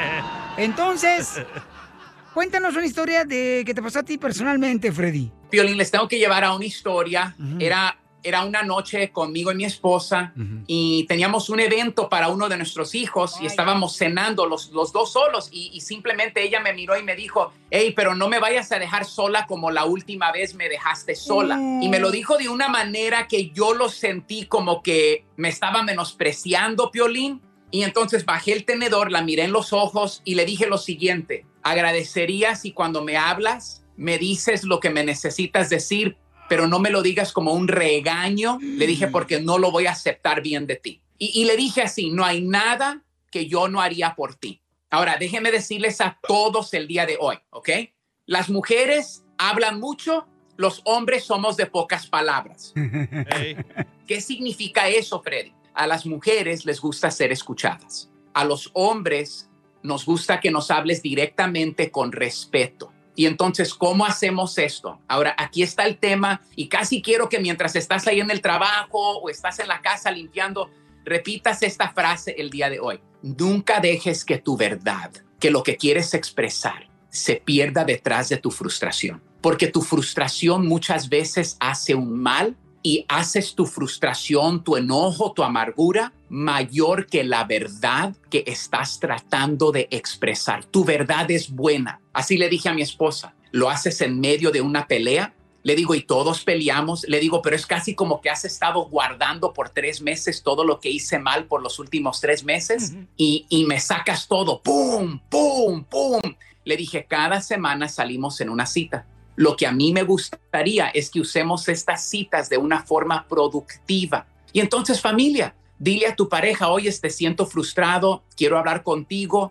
Entonces, cuéntanos una historia de que te pasó a ti personalmente, Freddy.
Piolín, les tengo que llevar a una historia. Era, era una noche conmigo y mi esposa y teníamos un evento para uno de nuestros hijos y estábamos cenando los, los dos solos y, y simplemente ella me miró y me dijo, hey, pero no me vayas a dejar sola como la última vez me dejaste sola. Y me lo dijo de una manera que yo lo sentí como que me estaba menospreciando, Piolín. Y entonces bajé el tenedor, la miré en los ojos y le dije lo siguiente, agradecería si cuando me hablas me dices lo que me necesitas decir, pero no me lo digas como un regaño. Le dije porque no lo voy a aceptar bien de ti. Y, y le dije así, no hay nada que yo no haría por ti. Ahora, déjenme decirles a todos el día de hoy, ¿ok? Las mujeres hablan mucho, los hombres somos de pocas palabras.
Hey.
¿Qué significa eso, Freddy? A las mujeres les gusta ser escuchadas. A los hombres nos gusta que nos hables directamente con respeto. Y entonces, ¿cómo hacemos esto? Ahora, aquí está el tema y casi quiero que mientras estás ahí en el trabajo o estás en la casa limpiando, repitas esta frase el día de hoy. Nunca dejes que tu verdad, que lo que quieres expresar, se pierda detrás de tu frustración. Porque tu frustración muchas veces hace un mal y haces tu frustración, tu enojo, tu amargura mayor que la verdad que estás tratando de expresar. Tu verdad es buena. Así le dije a mi esposa, lo haces en medio de una pelea. Le digo, y todos peleamos. Le digo, pero es casi como que has estado guardando por tres meses todo lo que hice mal por los últimos tres meses uh-huh. y, y me sacas todo. ¡Pum, pum, pum! Le dije, cada semana salimos en una cita. Lo que a mí me gustaría es que usemos estas citas de una forma productiva. Y entonces, familia, dile a tu pareja, oye, te siento frustrado, quiero hablar contigo.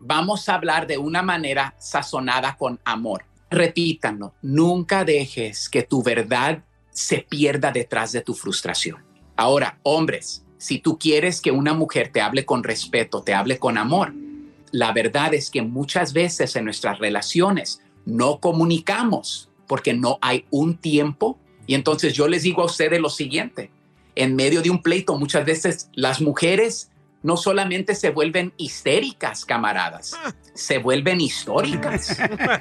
vamos a hablar de una manera sazonada con amor. Repítanlo, nunca dejes que tu verdad se pierda detrás de tu frustración. Ahora, hombres, si tú quieres que una mujer te hable con respeto, te hable con amor, la verdad es que muchas veces en nuestras relaciones no comunicamos porque no hay un tiempo. Y entonces yo les digo a ustedes lo siguiente, en medio de un pleito muchas veces las mujeres no solamente se vuelven histéricas, camaradas, se vuelven históricas.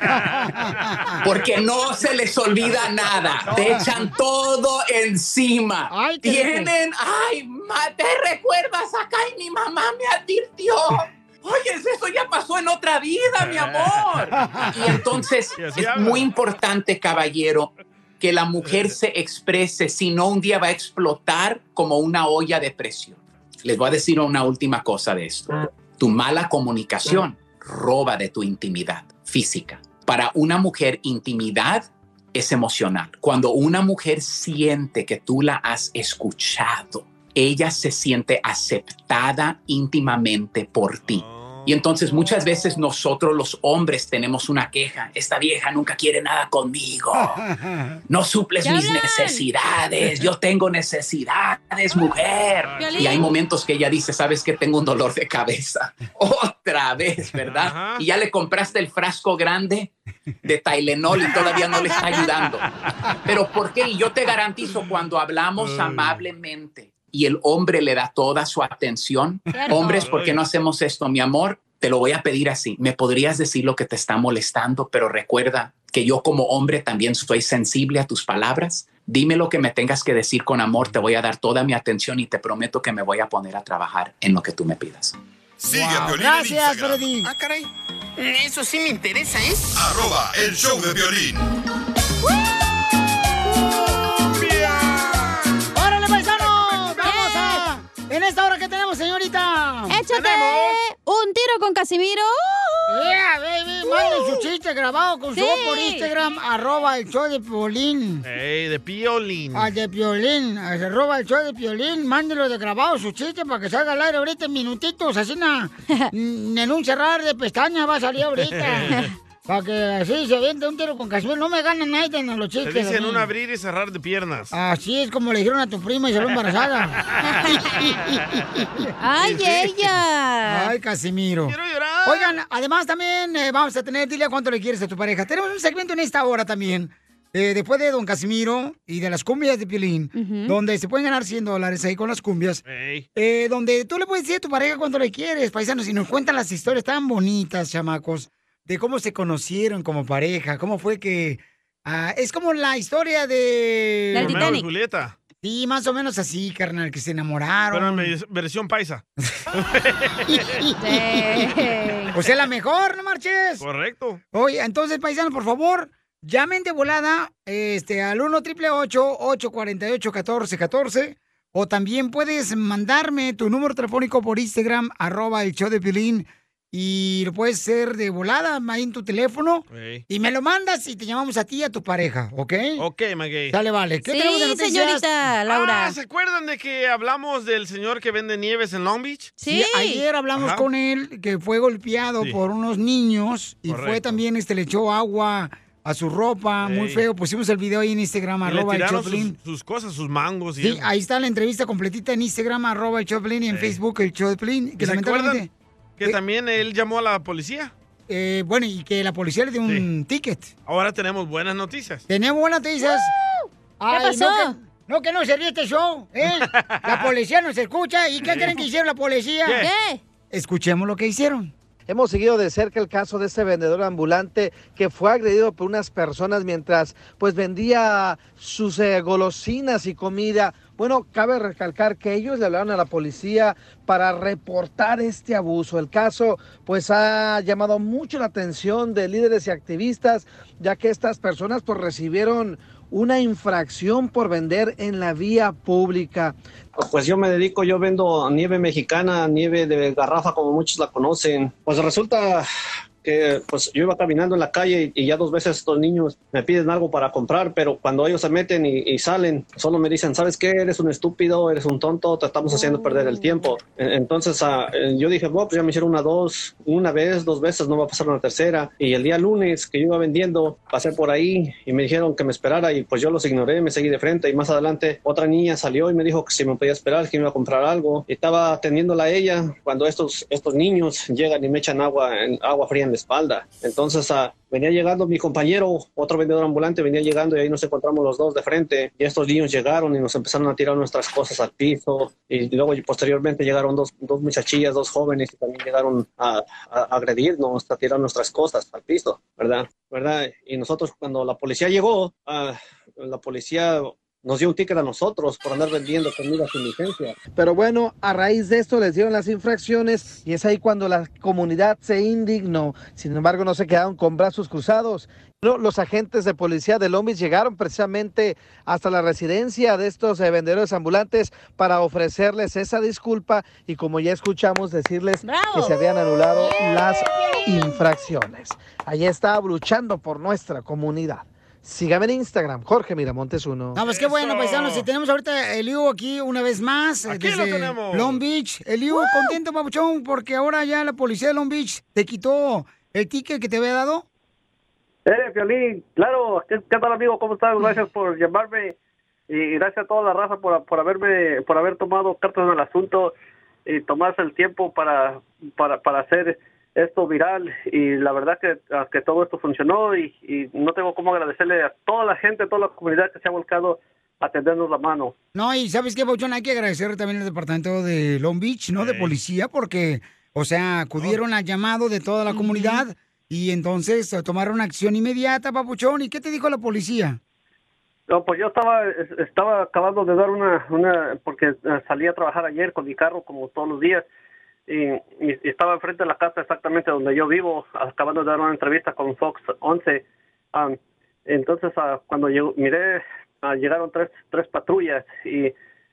Porque no se les olvida nada. Te echan todo encima. Ay, Tienen, ay, ma, ¿te recuerdas acá? Y mi mamá me advirtió. Oye, eso ya pasó en otra vida, mi amor. Y entonces es muy importante, caballero, que la mujer se exprese, si no un día va a explotar como una olla de presión. Les voy a decir una última cosa de esto. Tu mala comunicación roba de tu intimidad física. Para una mujer, intimidad es emocional. Cuando una mujer siente que tú la has escuchado, ella se siente aceptada íntimamente por ti. Y entonces muchas veces nosotros los hombres tenemos una queja. Esta vieja nunca quiere nada conmigo. No suples mis necesidades. Yo tengo necesidades, mujer. Y hay momentos que ella dice, ¿sabes qué? Tengo un dolor de cabeza. Otra vez, ¿verdad? Ajá. Y ya le compraste el frasco grande de Tylenol y todavía no le está ayudando. ¿Pero por qué? Y yo te garantizo, cuando hablamos amablemente y el hombre le da toda su atención. Claro. Hombres, ¿por qué no hacemos esto, mi amor? Te lo voy a pedir así. Me podrías decir lo que te está molestando, pero recuerda que yo como hombre también soy sensible a tus palabras. Dime lo que me tengas que decir con amor. Te voy a dar toda mi atención y te prometo que me voy a poner a trabajar en lo que tú me pidas.
Sigue a Piolín
Gracias,
en Instagram.
Freddy. Ah, caray. Eso sí me interesa, ¿eh?
Arroba el show de Piolín.
En esta hora que tenemos, señorita.
Échate
¿Tenemos?
un tiro con Casimiro.
Yeah, baby. Manden
Uh.
su chiste grabado con
Sí.
su voz por Instagram, arroba el show de Piolín.
Ey, de Piolín.
Ah, de Piolín, arroba el show de Piolín. Mándenlo de grabado su chiste para que salga al aire ahorita en minutitos. Así na, en un cerrar de pestañas va a salir ahorita. Para que así se aviente un tiro con Casimiro. No me ganan nadie en los chistes.
Te dicen
a mí.
un abrir y cerrar de piernas.
Así es como le dijeron a tu prima y salió embarazada.
¡Ay, ella!
Ay, Casimiro.
Quiero llorar.
Oigan, además también eh, vamos a tener, dile a cuánto le quieres a tu pareja. Tenemos un segmento en esta hora también, eh, después de Don Casimiro y de las cumbias de Piolín, uh-huh. donde se pueden ganar cien dólares ahí con las cumbias. Hey. Eh, donde tú le puedes decir a tu pareja cuánto le quieres, paisanos, y nos cuentan las historias tan bonitas, chamacos, de cómo se conocieron como pareja, cómo fue que... Uh, es como la historia de...
Del Titanic.
Y Julieta.
Sí, más o menos así, carnal, que se enamoraron.
Pero en versión paisa.
Pues es la mejor, no marches.
Correcto.
Oye, entonces, paisano, por favor, llamen de volada este, al uno triple ocho, ocho cuatro ocho, uno cuatro uno cuatro. O también puedes mandarme tu número telefónico por Instagram, arroba el show de Piolín. Y lo puedes hacer de volada ahí en tu teléfono. Hey. Y me lo mandas y te llamamos a ti y a tu pareja, ¿ok?
Ok, Maguey.
Dale, vale. ¿Qué
sí,
tenemos de noticias?
Señorita Laura.
Ah, ¿se acuerdan de que hablamos del señor que vende nieves en Long Beach?
Sí. sí ayer hablamos Ajá. con él, que fue golpeado sí. por unos niños. Y Correcto. fue también, este, le echó agua a su ropa, hey. muy feo. Pusimos el video ahí en Instagram,
y
arroba
le
el Choplin.
Sus, sus cosas, sus mangos. Y
sí,
eso.
ahí está la entrevista completita en Instagram, arroba el Choplin, y en hey. Facebook el Choplin. Que
¿Se
lamentablemente...
acuerdan? Que también él llamó a la policía.
Eh, bueno, y que la policía le dio un sí. ticket.
Ahora tenemos buenas noticias.
Tenemos buenas noticias.
Ay, ¿qué pasó?
No que, no, que no se ríe este show, ¿eh? La policía nos escucha. ¿Y qué creen que hicieron la policía?
¿Qué? ¿Qué?
Escuchemos lo que hicieron.
Hemos seguido de cerca el caso de este vendedor ambulante que fue agredido por unas personas mientras pues vendía sus eh, golosinas y comida. Bueno, cabe recalcar que ellos le hablaron a la policía para reportar este abuso. El caso pues ha llamado mucho la atención de líderes y activistas, ya que estas personas pues recibieron una infracción por vender en la vía pública.
Pues yo me dedico, yo vendo nieve mexicana, nieve de garrafa como muchos la conocen. Pues resulta que pues yo iba caminando en la calle y, y ya dos veces estos niños me piden algo para comprar, pero cuando ellos se meten y, y salen, solo me dicen, ¿sabes qué? Eres un estúpido, eres un tonto, te estamos haciendo perder el tiempo. Entonces uh, yo dije, bueno, pues ya me hicieron una dos, una vez, dos veces, no va a pasar una tercera. Y el día lunes que yo iba vendiendo, pasé por ahí y me dijeron que me esperara y pues yo los ignoré, me seguí de frente y más adelante otra niña salió y me dijo que si me podía esperar, que me iba a comprar algo. Y estaba atendiéndola a ella cuando estos, estos niños llegan y me echan agua, en, agua fría en la espalda. Entonces uh, venía llegando mi compañero, otro vendedor ambulante, venía llegando y ahí nos encontramos los dos de frente y estos niños llegaron y nos empezaron a tirar nuestras cosas al piso y luego posteriormente llegaron dos, dos muchachillas, dos jóvenes y también llegaron a, a, a agredirnos, a tirar nuestras cosas al piso, ¿verdad? ¿verdad? Y nosotros cuando la policía llegó, uh, la policía nos dio un ticket a nosotros por andar vendiendo comida sin licencia.
Pero bueno, a raíz de esto les dieron las infracciones y es ahí cuando la comunidad se indignó. Sin embargo, no se quedaron con brazos cruzados. Los agentes de policía de Long Beach llegaron precisamente hasta la residencia de estos eh, vendedores ambulantes para ofrecerles esa disculpa y, como ya escuchamos, decirles ¡bravo! Que se habían anulado las infracciones. Allí está luchando por nuestra comunidad. Sígame en Instagram, Jorge Miramontes uno.
No, pues qué bueno, paisanos. Y tenemos ahorita Eliu aquí una vez más.
Aquí
desde
lo tenemos.
Long Beach. Eliu, ¡uh! Contento, papuchón, porque ahora ya la policía de Long Beach te quitó el ticket que te había dado.
Eh, Piolín, claro. ¿Qué, qué tal, amigo? ¿Cómo estás? Gracias por llamarme y gracias a toda la raza por, por haberme, por haber tomado cartas en el asunto y tomarse el tiempo para, para, para hacer esto viral, y la verdad que, que todo esto funcionó y, y no tengo cómo agradecerle a toda la gente, a toda la comunidad que se ha volcado a tendernos la mano.
No, y ¿sabes qué, Pauchón? Hay que agradecer también al departamento de Long Beach, ¿no? Sí. De policía, porque, o sea, acudieron oh. al llamado de toda la comunidad y entonces tomaron acción inmediata, Papuchón. ¿Y qué te dijo la policía?
No, pues yo estaba estaba acabando de dar una, una porque salí a trabajar ayer con mi carro como todos los días. Y, y estaba enfrente de la casa exactamente donde yo vivo, acabando de dar una entrevista con Fox once. Um, entonces, uh, cuando yo miré, uh, llegaron tres tres patrullas y,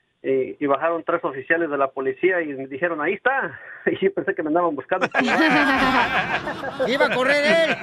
y, y bajaron tres oficiales de la policía y me dijeron, ahí está. Y yo pensé que me andaban buscando.
¡Iba a correr él!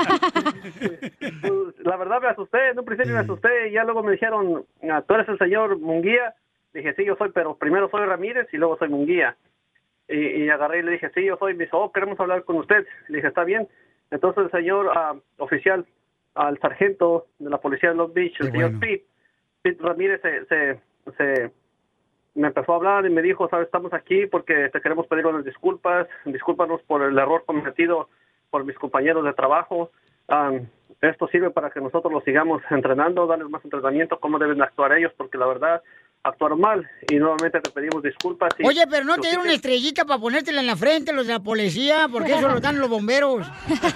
Pues, la verdad me asusté, en un principio me asusté y ya luego me dijeron, ¿tú eres el señor Munguía? Dije, sí, yo soy, pero primero soy Ramírez y luego soy Munguía. Y, y agarré y le dije, sí, yo soy. Me dijo, oh, queremos hablar con usted. Le dije, está bien. Entonces el señor uh, oficial, al uh, sargento de la policía de Long Beach, el Qué señor bueno. Pete, Pete Ramírez, se, se, se me empezó a hablar y me dijo, sabes, estamos aquí porque te queremos pedir unas disculpas. Discúlpanos por el error cometido por mis compañeros de trabajo. Um, esto sirve para que nosotros los sigamos entrenando, darles más entrenamiento, cómo deben actuar ellos, porque la verdad actuaron mal y nuevamente te pedimos disculpas. Y
Oye, pero no te dieron una estrellita para ponértela en la frente los de la policía, porque eso lo dan los bomberos.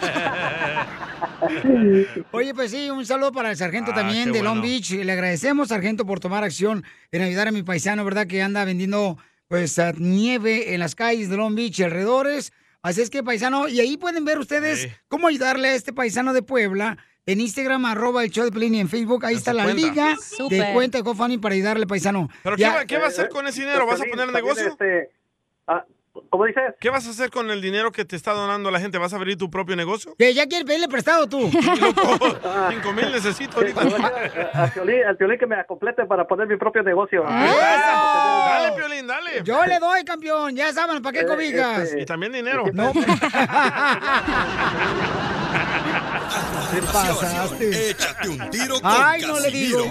Oye, pues sí, un saludo para el sargento ah, también de Long bueno. Beach. Le agradecemos, sargento, por tomar acción en ayudar a mi paisano, ¿verdad? Que anda vendiendo pues nieve en las calles de Long Beach y alrededores. Así es que, paisano, y ahí pueden ver ustedes sí. cómo ayudarle a este paisano de Puebla. En Instagram, arroba el show de Piolín, y en Facebook, ahí en está la cuenta. liga Super. de cuenta de GoFundMe para ayudarle, paisano.
¿Pero qué va, qué va a hacer con ese dinero? ¿Vas a poner negocio?
Este, ah, ¿Cómo dices?
¿Qué vas a hacer con el dinero que te está donando la gente? ¿Vas a abrir tu propio negocio?
Que ya quieres pedirle prestado tú.
Cinco mil necesito ahorita.
Al Piolín, al Piolín que me complete para poner mi propio negocio.
Ah, dale, Piolín, dale.
Yo le doy, campeón. Ya saben, ¿para qué cobijas?
Este, y también dinero.
No. ¿Qué pasaste?
Échate un tiro con
Ay,
Casimiro.
No le digo.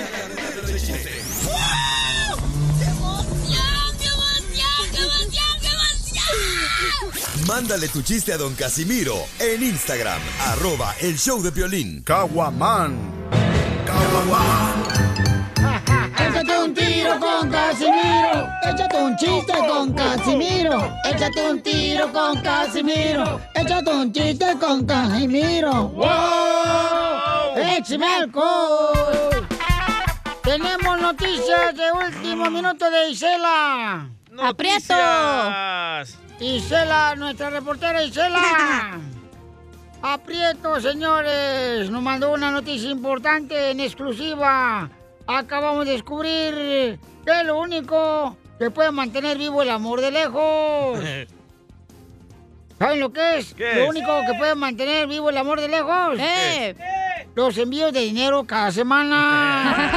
Mándale tu chiste a don Casimiro en Instagram, arroba el show de Piolín.
Caguamán. Caguamán.
Échate un tiro con Casimiro. Échate un chiste con Casimiro. Échate un tiro con Casimiro. Échate un chiste con Casimiro. ¡Wow! ¡Échame alcohol! Tenemos noticias de último minuto de Isela.
¡Aprieto!
Isela, nuestra reportera Isela. Aprieto, señores. Nos mandó una noticia importante en exclusiva. Acabamos de descubrir que es lo único que puede mantener vivo el amor de lejos. ¿Saben lo que es?
¿Qué
Lo
es?
único que puede mantener vivo el amor de lejos.
¡Eh!
Los envíos de dinero cada semana.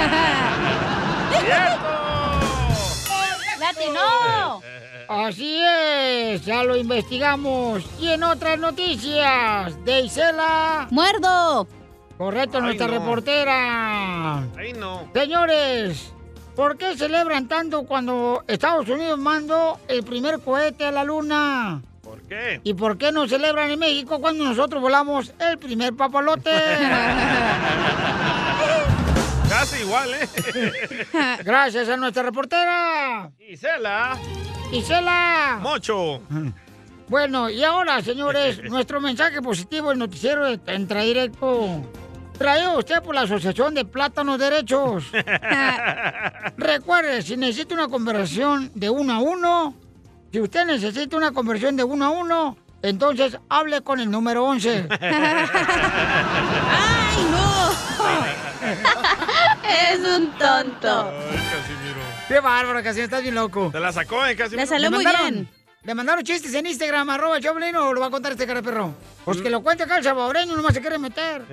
¡Latino!
Así es, ya lo investigamos. Y en otras noticias, de Isela.
¡Muerdo!
Correcto,
Ay,
nuestra
no.
reportera.
Ay, no.
Señores, ¿por qué celebran tanto cuando Estados Unidos mandó el primer cohete a la luna?
¿Por qué?
¿Y por qué no celebran en México cuando nosotros volamos el primer papalote?
Casi igual, ¿eh?
Gracias a nuestra reportera.
Isela.
Isela.
Mocho.
Bueno, y ahora, señores, nuestro mensaje positivo, el noticiero de Entra Directo. Traído usted por la Asociación de Plátanos Derechos. Recuerde, si necesita una conversación de uno a uno, si usted necesita una conversión de uno a uno, entonces hable con el número once.
¡Ay, no! Es un tonto.
Ay, Casimiro.
¡Qué bárbaro, Casimiro! Estás bien loco.
Te la sacó, ¿eh, Casimiro?
Le salió
¿Le
muy
mandaron-
bien.
¿Le mandaron chistes en Instagram, arroba el Choplin, o lo va a contar este cara perro? Pues que lo cuente acá el salvadoreño, nomás se quiere meter.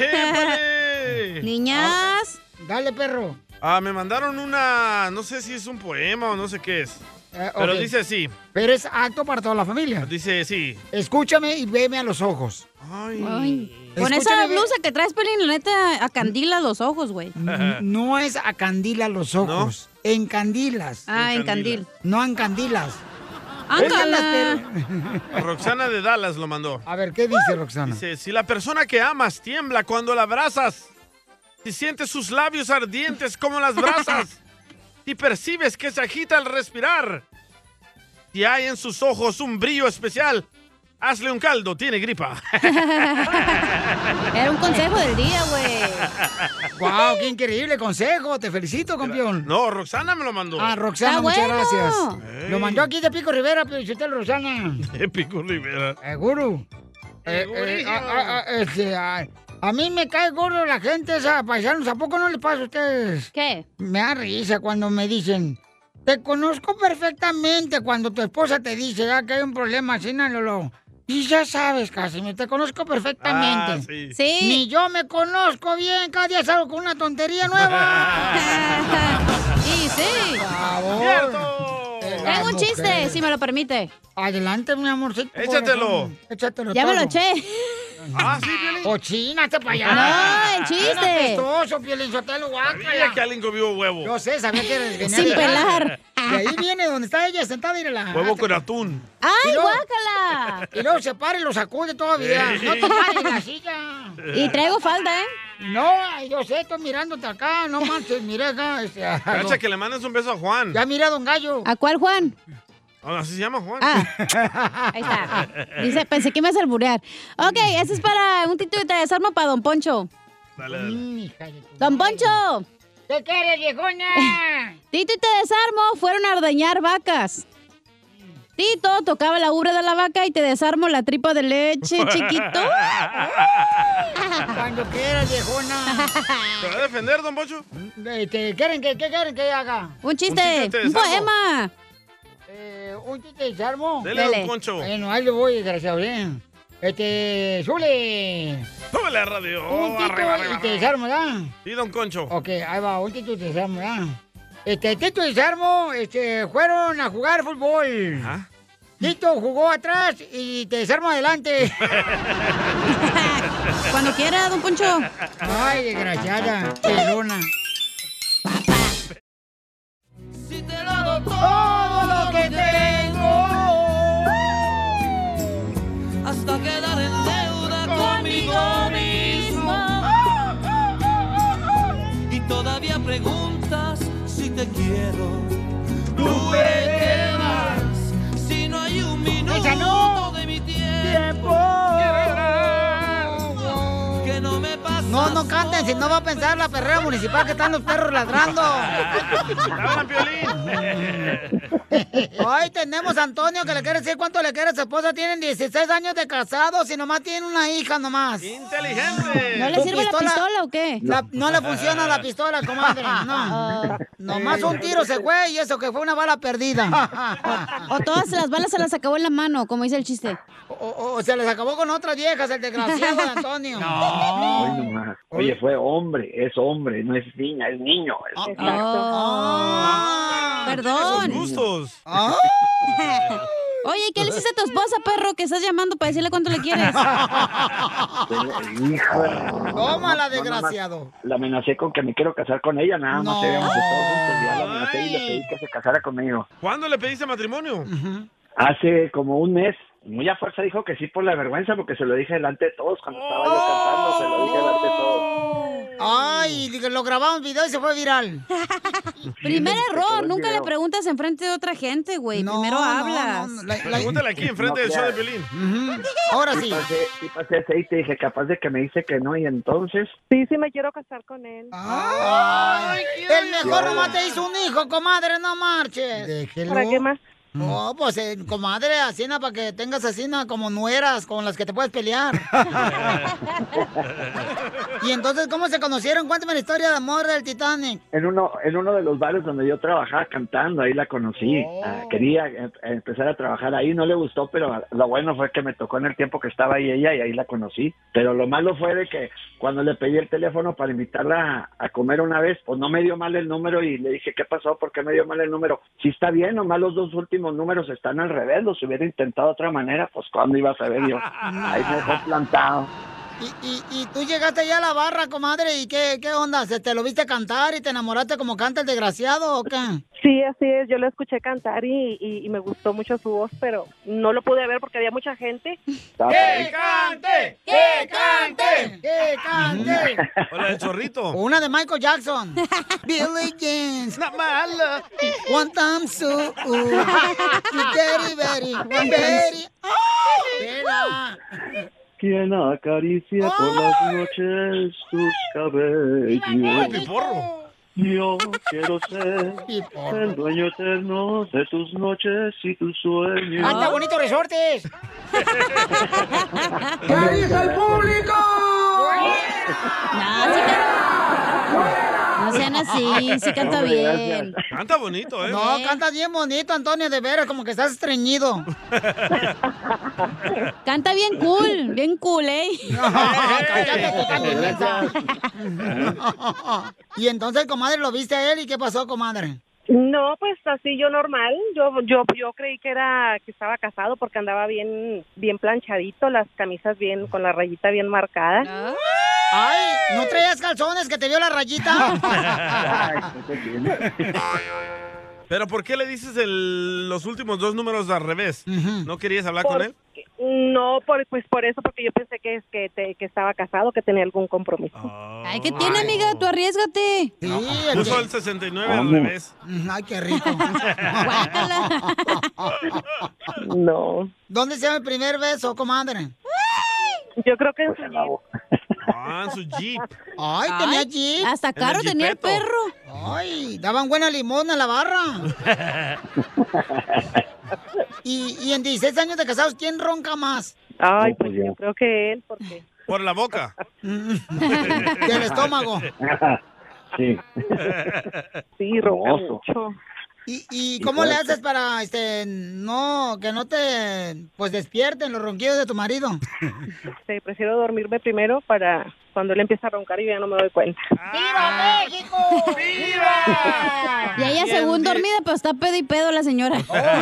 ¡Épale!
Niñas.
Dale, perro.
Ah, me mandaron una... No sé si es un poema o no sé qué es.
Eh,
Pero
ok.
dice así.
Pero es acto para toda la familia.
Dice sí.
Escúchame y veme a los ojos.
Ay.
Ay. Con
Escúchame
esa
bien.
blusa que traes, Pelín, la neta, acandila los ojos, güey.
N- No es acandila los ojos. Encandilas.
Ah, en candil.
No encandilas.
Ángala.
Roxana de Dallas lo mandó.
A ver, ¿qué dice Roxana?
Dice, si la persona que amas tiembla cuando la abrazas, si sientes sus labios ardientes como las brasas, si percibes que se agita al respirar, si hay en sus ojos un brillo especial, hazle un caldo, tiene gripa.
Era un consejo del día, güey.
¡Guau, qué increíble consejo! Te felicito, campeón.
No, Roxana me lo mandó.
Ah, Roxana,
Está
muchas
bueno.
gracias.
Ey.
Lo mandó aquí de Pico Rivera, pero usted Roxana.
Épico Rivera.
Seguro. Eh, eh, a, a- a- este, a- a mí me cae gordo la gente esa, paisanos. ¿A poco no le pasa a ustedes?
¿Qué?
Me da risa cuando me dicen, te conozco perfectamente cuando tu esposa te dice ah, que hay un problema, así, no, lo. Y ya sabes, Casimiro, te conozco perfectamente.
Ah, sí.
Sí.
Ni yo me conozco bien, cada día salgo con una tontería nueva.
Y sí.
Por favor.
¡Cierto!
Eh, la
Tengo un chiste,
mujer.
si me lo permite.
Adelante, mi amorcito.
Échatelo.
corazón. Échatelo
Ya me lo
todo.
eché.
Ah, sí, Piolín.
Cochina, este para allá.
No, el chiste.
Era apestoso, Piolín Sotelo,
Sabía
guácala.
que alguien comió huevo.
Yo sé, sabía que eres venía
Sin
de-
pelar.
De ahí viene donde está ella sentada, mírala.
Huevo con atún.
¡Ay,
Y luego-
guácala!
Y luego se para y lo sacude todavía.
Sí.
No te pares en la silla.
Y traigo falda, ¿eh?
No, ay, yo sé, estoy mirándote acá. No manches, miré acá. Este, ah,
Cacha,
no.
que le mandes un beso a Juan.
Ya miré a Don Gallo.
¿A cuál, Juan?
Ah, así se llama Juan.
Ah, ahí está. Dice, pensé que me ibas a alburear. Ok, ese es para un título de desarmo para Don Poncho.
Dale, dale.
Mm, hija de tu-
¡Don Poncho!
¿Qué quieres, viejona?
Tito y te desarmo fueron a ordeñar vacas. Tito tocaba la ubre de la vaca y te desarmo la tripa de leche, chiquito.
Cuando quieras, viejona.
¿Te va a defender, don Pocho?
Este, ¿quieren que, ¿Qué quieren que haga?
Un chiste,
Un chiste de
un
desarmo.
poema.
Eh, ¿Un chiste de desarmo?
Dele,
Dele.
don Poncho.
Bueno, ahí lo voy, desgraciado, bien. Este, Zule.
Sube la radio.
Un tito
arriba, arriba,
y te
arriba.
desarmo, ¿verdad?
Sí, don Concho.
Ok, ahí va, un tito y te desarmo, ¿verdad? Este, Tito y Desarmo, este, fueron a jugar fútbol.
¿Ah?
Tito jugó atrás y te desarmo adelante.
Cuando quiera, Don Poncho.
Ay, desgraciada, pelona.
Si te he dado
Todo lo que tengo.
hasta quedar en deuda conmigo mismo. Y todavía preguntas si te quiero. ¿Tú te quedas si no hay un minuto
¡Esa no!
de mi tiempo
¡Tiempo!
que no me pasa.
No, no canten, si no va a pensar la perrera municipal que están los perros ladrando.
¡Hablan, Piolín!
Hoy tenemos a Antonio que le quiere decir cuánto le quiere a su esposa. Tienen dieciséis años de casados y nomás tienen una hija nomás.
¡Inteligente!
¿No le sirve la pistola o qué?
La- no le funciona la pistola, comadre. No. Nomás un tiro se fue y eso que fue una bala perdida.
O todas las balas se las acabó en la mano, como dice el chiste.
O, o- o se les acabó con otras viejas, el desgraciado de Antonio.
Hoy nomás. Oye, fue hombre, es hombre, no es niña, es niño. Es
Oh. Perdón.
Esos gustos.
Oye, ¿qué le hiciste a tu esposa, perro, que estás llamando para decirle cuánto le quieres?
Hija.
Tómala,
No, no,
desgraciado.
nada más La amenacé con que me quiero casar con ella, nada más. Habíamos estado juntos, ya la amenacé y le pedí que se casara conmigo.
¿Cuándo le pediste matrimonio?
Hace como un mes, muy a fuerza dijo que sí por la vergüenza, porque se lo dije delante de todos cuando estaba yo cantando, se lo dije delante de todos.
Ay, digo, lo grabamos video y se fue viral.
Primer error, nunca le preguntas enfrente de otra gente, güey. Primero
no,
hablas.
no, la-
Pregúntale aquí enfrente
No
del show de
creas.
Piolín.
Ahora
sí. Pasé, sí pasé aceite y dije, capaz de que me dice que no, y entonces...
Sí, sí, me quiero casar con él.
Ay, el mejor nomás te hizo un hijo, comadre, no marches. Déjelo.
¿Para qué más?
No, pues, eh, comadre, asina para que tengas asina como nueras con las que te puedes pelear. Y entonces, ¿cómo se conocieron? Cuéntame la historia de amor del Titanic.
En uno, en uno de los bares donde yo trabajaba cantando, ahí la conocí. Ah, quería em- empezar a trabajar ahí, no le gustó, pero lo bueno fue que me tocó en el tiempo que estaba ahí ella y ahí la conocí. Pero lo malo fue de que cuando le pedí el teléfono para invitarla a, a comer una vez, pues no me dio mal el número y le dije, ¿qué pasó? ¿Por qué me dio mal el número? Si está bien, nomás los dos últimos números están al revés, los hubiera intentado de otra manera, pues ¿cuándo iba a saber yo? Ahí me dejó plantado.
Y, y, y tú llegaste ya a la barra, comadre, ¿y qué, qué onda? ¿Se te lo viste cantar y te enamoraste como canta el desgraciado o qué?
Sí, así es. Yo lo escuché cantar y, y, y me gustó mucho su voz, pero no lo pude ver porque había mucha gente.
¡Que cante! ¡Que cante! ¡Que cante!
Hola, el chorrito.
Una de Michael Jackson. Billie Jeans.
Not my love.
One time so. Uh, very, very, very. Vela.
Quien acaricia por las noches tus cabellos. Yo quiero ser el dueño eterno de tus noches y tus sueños.
¡Anda, bonito resortes!
¿Qué dice el público?
No, sí canta. No sean así, sí canta
Hombre,
bien.
Canta bonito, ¿eh?
No, canta bien bonito, Antonio, de veras, como que estás estreñido.
Canta bien cool, bien cool, ¿eh?
Cállate tú también, mensa. Y entonces, comadre, ¿lo viste a él y qué pasó, comadre?
No, pues así yo normal. Yo yo yo creí que era que estaba casado porque andaba bien bien planchadito, las camisas bien con la rayita bien marcada.
Ay, ¿no traías calzones que te vio la rayita?
Pero ¿por qué le dices el- los últimos dos números al revés? ¿No querías hablar con él?
No, por, pues por eso, porque yo pensé que es que, te- que estaba casado, que tenía algún compromiso.
Ay, ¿qué tiene, amiga? Tú arriésgate.
Sí,
Puso el sesenta y nueve al revés.
Ay, qué rico.
No.
¿Dónde se llama el primer beso, comadre?
Yo creo que en su jeep.
Ah, en su jeep.
Ay, tenía jeep.
Hasta
En
caro
el
tenía el
jeepeto.
perro.
Ay, daban buena limosna en la barra. Y, y en dieciséis años de casados, ¿quién ronca más?
Ay, pues yo creo que él, porque...
Por la boca.
Del estómago.
Sí.
Sí, ronca
Hermoso.
mucho.
¿Y, y cómo le haces para, este, no, que no te, pues, despierten los ronquidos de tu marido?
Sí, prefiero dormirme primero para cuando él empieza a roncar y yo ya no me doy cuenta.
¡Viva México! ¡Viva!
Y ella según dormida, pero está pedo y pedo la señora.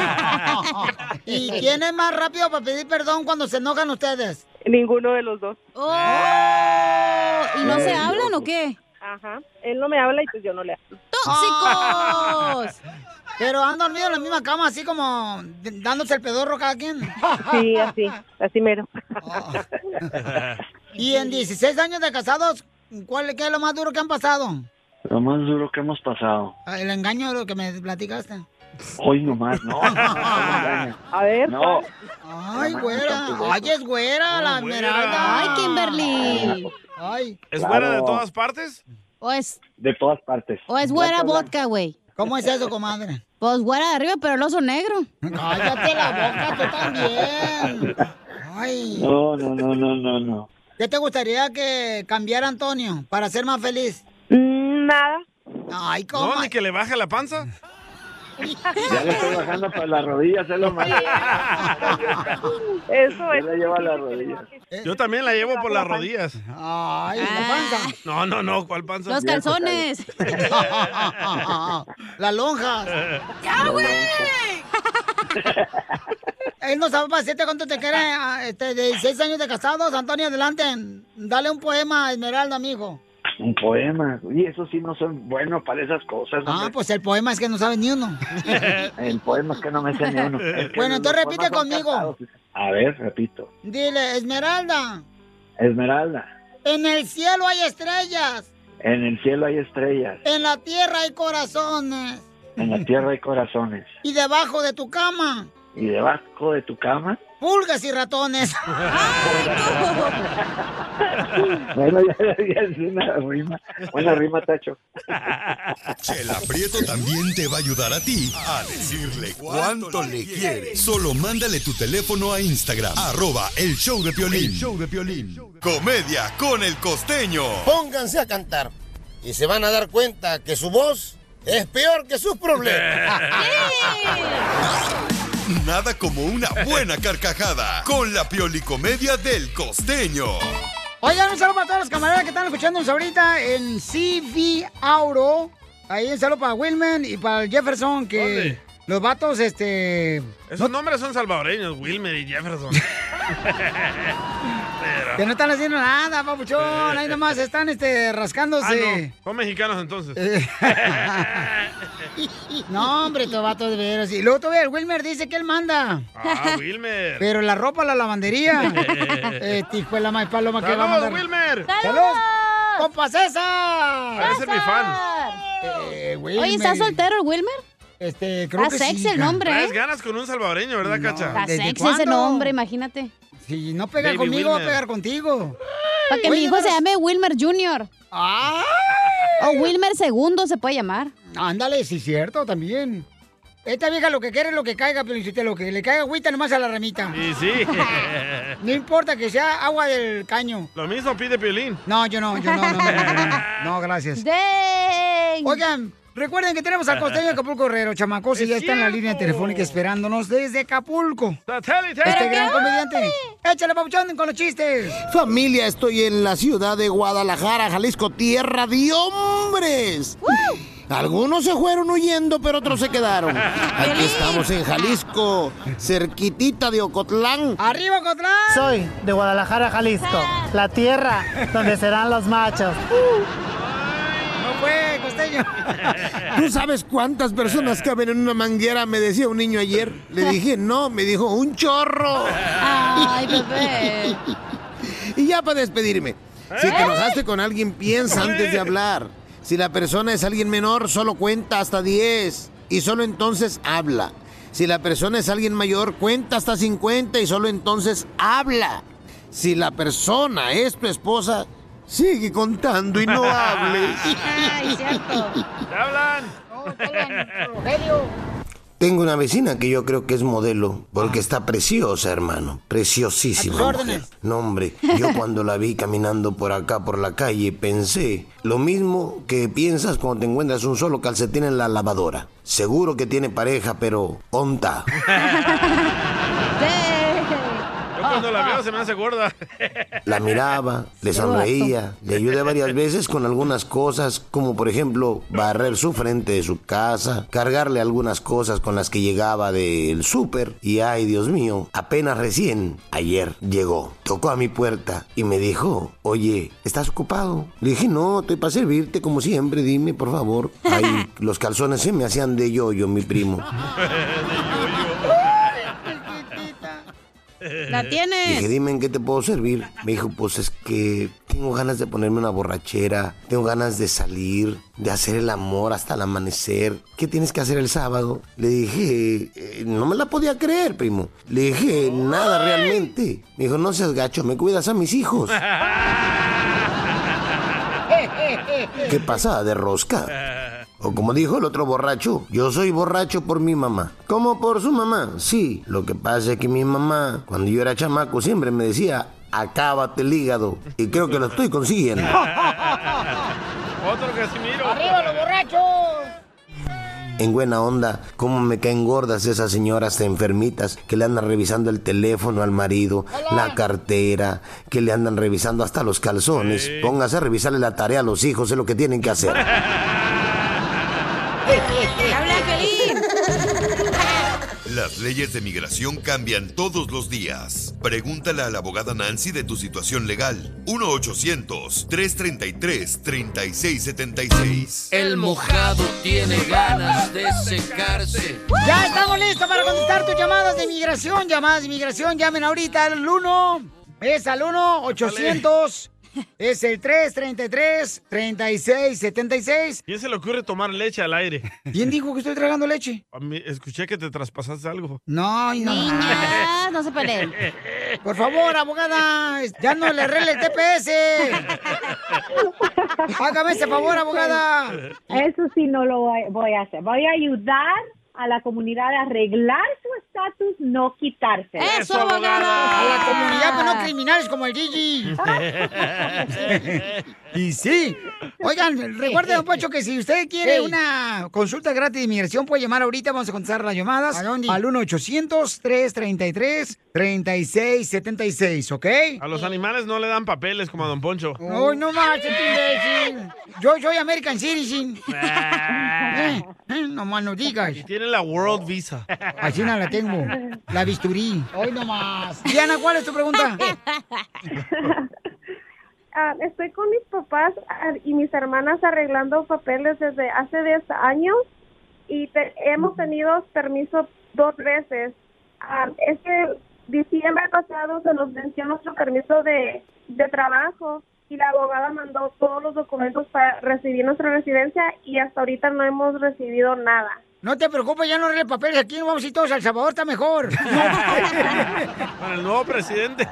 ¿Y quién es más rápido para pedir perdón cuando se enojan ustedes?
Ninguno de los dos.
Oh, ¿y no se hablan o qué?
Ajá. Él no me habla y pues yo no le hablo.
¡Tóxicos!
Pero han dormido en la misma cama, así como d- dándose el pedorro cada quien.
Sí, así, así mero.
Y en dieciséis años de casados, ¿cuál qué es lo más duro que han pasado?
Lo más duro que hemos pasado.
El engaño de lo que me platicaste.
Hoy nomás, no.
A ver,
No.
Ay, güera. Ay, es güera la Esmeralda.
Ay, Kimberly.
Ay.
¿Es
Claro.
fuera de todas partes?
O es,
De todas partes.
o es güera
Blanca,
vodka, güey.
¿Cómo es eso, comadre?
Pues güera de arriba, pero el oso negro.
Cállate la boca, tú también. Ay.
No, no, no, no, no, no.
¿Qué te gustaría que cambiara, Antonio, para ser más feliz?
Nada.
Ay, ¿cómo?
¿No? ¿Ni que le baje la panza?
Ya le estoy bajando para las rodillas, es lo malo.
Eso
es. Ya le llevo a las rodillas.
Yo también la llevo por las rodillas.
Ay, la panza.
No, no, no, ¿cuál panza?
Los calzones.
Las lonjas.
¡Ya, güey!
Él no sabe para decirte cuánto te quiere, ah, este, de dieciséis años de casados. Antonio, adelante. Dale un poema a Esmeralda, amigo.
Un poema. Oye, eso sí no son buenos para esas cosas.
Ah,
hombre.
pues el poema es que no sabe ni uno.
El poema es que no me sé ni uno. Es que
Bueno,
los
entonces repite
poemas son
conmigo.
cantados. A ver, repito.
Dile, Esmeralda,
Esmeralda,
en el cielo hay estrellas,
en el cielo hay estrellas,
en la tierra hay corazones,
en la tierra hay corazones,
y debajo de tu cama,
y debajo de tu cama.
pulgas y ratones.
Bueno, ya, ya es una rima. Buena rima, Tacho.
Chela Prieto también te va a ayudar a ti a decirle cuánto le quiere. Solo mándale tu teléfono a Instagram, arroba el show de Piolín. El show de Piolín. Comedia con el Costeño.
Pónganse a cantar y se van a dar cuenta que su voz es peor que sus problemas.
Nada como una buena carcajada con la Piolicomedia del Costeño.
Oigan, un saludo para todos los camaradas que están escuchándonos ahorita en C V Auro. Ahí un saludo para Wilman y para el Jefferson, que
¿Dónde?
los vatos, este...
Esos nombres son salvadoreños, Wilmer y Jefferson. Pero-
Que no están haciendo nada, papuchón. Ahí nomás están este, rascándose.
Ah, no. Son mexicanos entonces.
No, hombre, tu vato de veras. Y luego todavía el Wilmer dice que él manda.
Ah, Wilmer.
Pero la ropa, la lavandería. eh, tijo de la maíz paloma que va a
¡Saludos,
mandar.
Wilmer!
¡Saludos! ¡Compa César!
Ese es mi fan.
Eh, Wilmer.
Oye, ¿está soltero el Wilmer?
Este, creo
Está
que
sexy
sí.
el nombre,
Traes
¿eh?
ganas con un salvadoreño, ¿verdad, Cacha?
Está
¿Desde
sexy
cuándo?
ese nombre, imagínate.
Si no pega
Baby
conmigo, va a
Wilmer.
pegar contigo.
Para que
Oye,
mi hijo
de
se
veras-
llame Wilmer junior
¡Ay!
O Wilmer segundo se puede llamar.
Ándale, sí, cierto, también. Esta vieja lo que quiere es lo que caiga, pero lo que le caiga agüita nomás a la ramita.
Y sí.
No importa que sea agua del caño.
Lo mismo pide Piolín.
No, yo no, yo no, no, no, no, no, no, gracias.
¡Dang!
Oigan, recuerden que tenemos al costeño de Acapulco Herrero, chamacos, y
¡Es
ya está en la
cierto!
línea telefónica esperándonos desde Acapulco.
¡Satélite!
Este gran comediante. Échale, papuchón, con los chistes.
Familia, estoy en la ciudad de Guadalajara, Jalisco, tierra de hombres. Algunos se fueron huyendo, pero otros se quedaron. Aquí estamos en Jalisco, cerquitita de Ocotlán.
¡Arriba, Cotlán!
Soy de Guadalajara, Jalisco, la tierra donde serán los machos.
No fue, costeño.
¿Tú sabes cuántas personas caben en una manguera? Me decía un niño ayer. Le dije, no, me dijo, un chorro.
Ay, bebé.
Y ya para despedirme, si te enojaste con alguien, piensa antes de hablar. Si la persona es alguien menor, solo cuenta hasta diez y solo entonces habla. Si la persona es alguien mayor, cuenta hasta cincuenta y solo entonces habla. Si la persona es tu esposa, sigue contando y no hables.
Ay, cierto.
¿Te hablan?
Tengo una vecina que yo creo que es modelo, porque está preciosa, hermano. Preciosísima.
A tus
mujer.
órdenes.
No, hombre, yo cuando la vi caminando por acá, por la calle, pensé lo mismo que piensas cuando te encuentras un solo calcetín en la lavadora. Seguro que tiene pareja, pero onta.
Yo cuando la veo se me hace gorda.
La miraba, le sonreía, le ayudé varias veces con algunas cosas, como por ejemplo barrer su frente de su casa, cargarle algunas cosas con las que llegaba del súper. Y ay, Dios mío, apenas recién ayer llegó, tocó a mi puerta y me dijo, oye, ¿estás ocupado? Le dije, no, estoy para servirte como siempre, dime por favor. Ay, los calzones se me hacían de yoyo, mi primo.
La tienes.
Dije, dime, ¿en qué te puedo servir? Me dijo, pues es que tengo ganas de ponerme una borrachera, tengo ganas de salir, de hacer el amor hasta el amanecer. ¿Qué tienes que hacer el sábado? Le dije, eh, no me la podía creer, primo. Le dije, nada realmente. Me dijo, no seas gacho, me cuidas a mis hijos. ¿Qué pasa, de rosca? O como dijo el otro borracho, yo soy borracho por mi mamá. ¿Cómo por su mamá? Sí, lo que pasa es que mi mamá, cuando yo era chamaco, siempre me decía, acábate el hígado. Y creo que lo estoy consiguiendo.
Otro Casimiro.
¡Arriba los borrachos!
En buena onda, cómo me caen gordas esas señoras enfermitas que le andan revisando el teléfono al marido, la cartera, que le andan revisando hasta los calzones. Sí. Póngase a revisarle la tarea a los hijos, es lo que tienen que hacer.
¡Habla, Pelín!
Las leyes de migración cambian todos los días. Pregúntale a la abogada Nancy de tu situación legal. uno ochocientos, tres treinta y tres, treinta y seis setenta y seis.
El mojado tiene ganas de secarse.
Ya estamos listos para contestar tus llamadas de inmigración. Llamadas de inmigración, llamen ahorita al uno. Es al uno ochocientos. Es el tres treinta y tres, treinta y seis setenta y seis.
¿Quién se le ocurre tomar leche al aire?
¿Quién dijo que estoy tragando leche?
A mí, escuché que te traspasaste algo.
No, no.
Niñas, no se peleen.
Por favor, abogada, ya no le arregle el T P S. Hágame ese favor, abogada.
Eso sí no lo voy, voy a hacer. Voy a ayudar a la comunidad a arreglar su estatus, no quitarse.
¡Eso, abogada! A la comunidad, pero no criminales como el Gigi. Y sí. Oigan, recuerden, don Pocho, que si usted quiere hey. una consulta gratis de inmigración, puede llamar ahorita. Vamos a contestar las llamadas. ¿A dónde? Al uno ochocientos, tres treinta y tres, treinta y seis setenta y seis, ¿ok?
A los animales no le dan papeles como a don Poncho.
¡Ay, no más, imbécil! Yo soy American Citizen. eh, eh, no más no digas.
Y tiene la World Visa.
Así no la tengo. La bisturí. Hoy no más. Diana, ¿cuál es tu pregunta?
Uh, estoy con mis papás uh, y mis hermanas arreglando papeles desde hace diez años y te, hemos tenido permiso dos veces. Uh, este diciembre pasado se nos venció nuestro permiso de, de trabajo y la abogada mandó todos los documentos para recibir nuestra residencia y hasta ahorita no hemos recibido nada.
No te preocupes, ya no arregle papeles aquí, no vamos a ir todos a El Salvador, está mejor.
Con el nuevo presidente.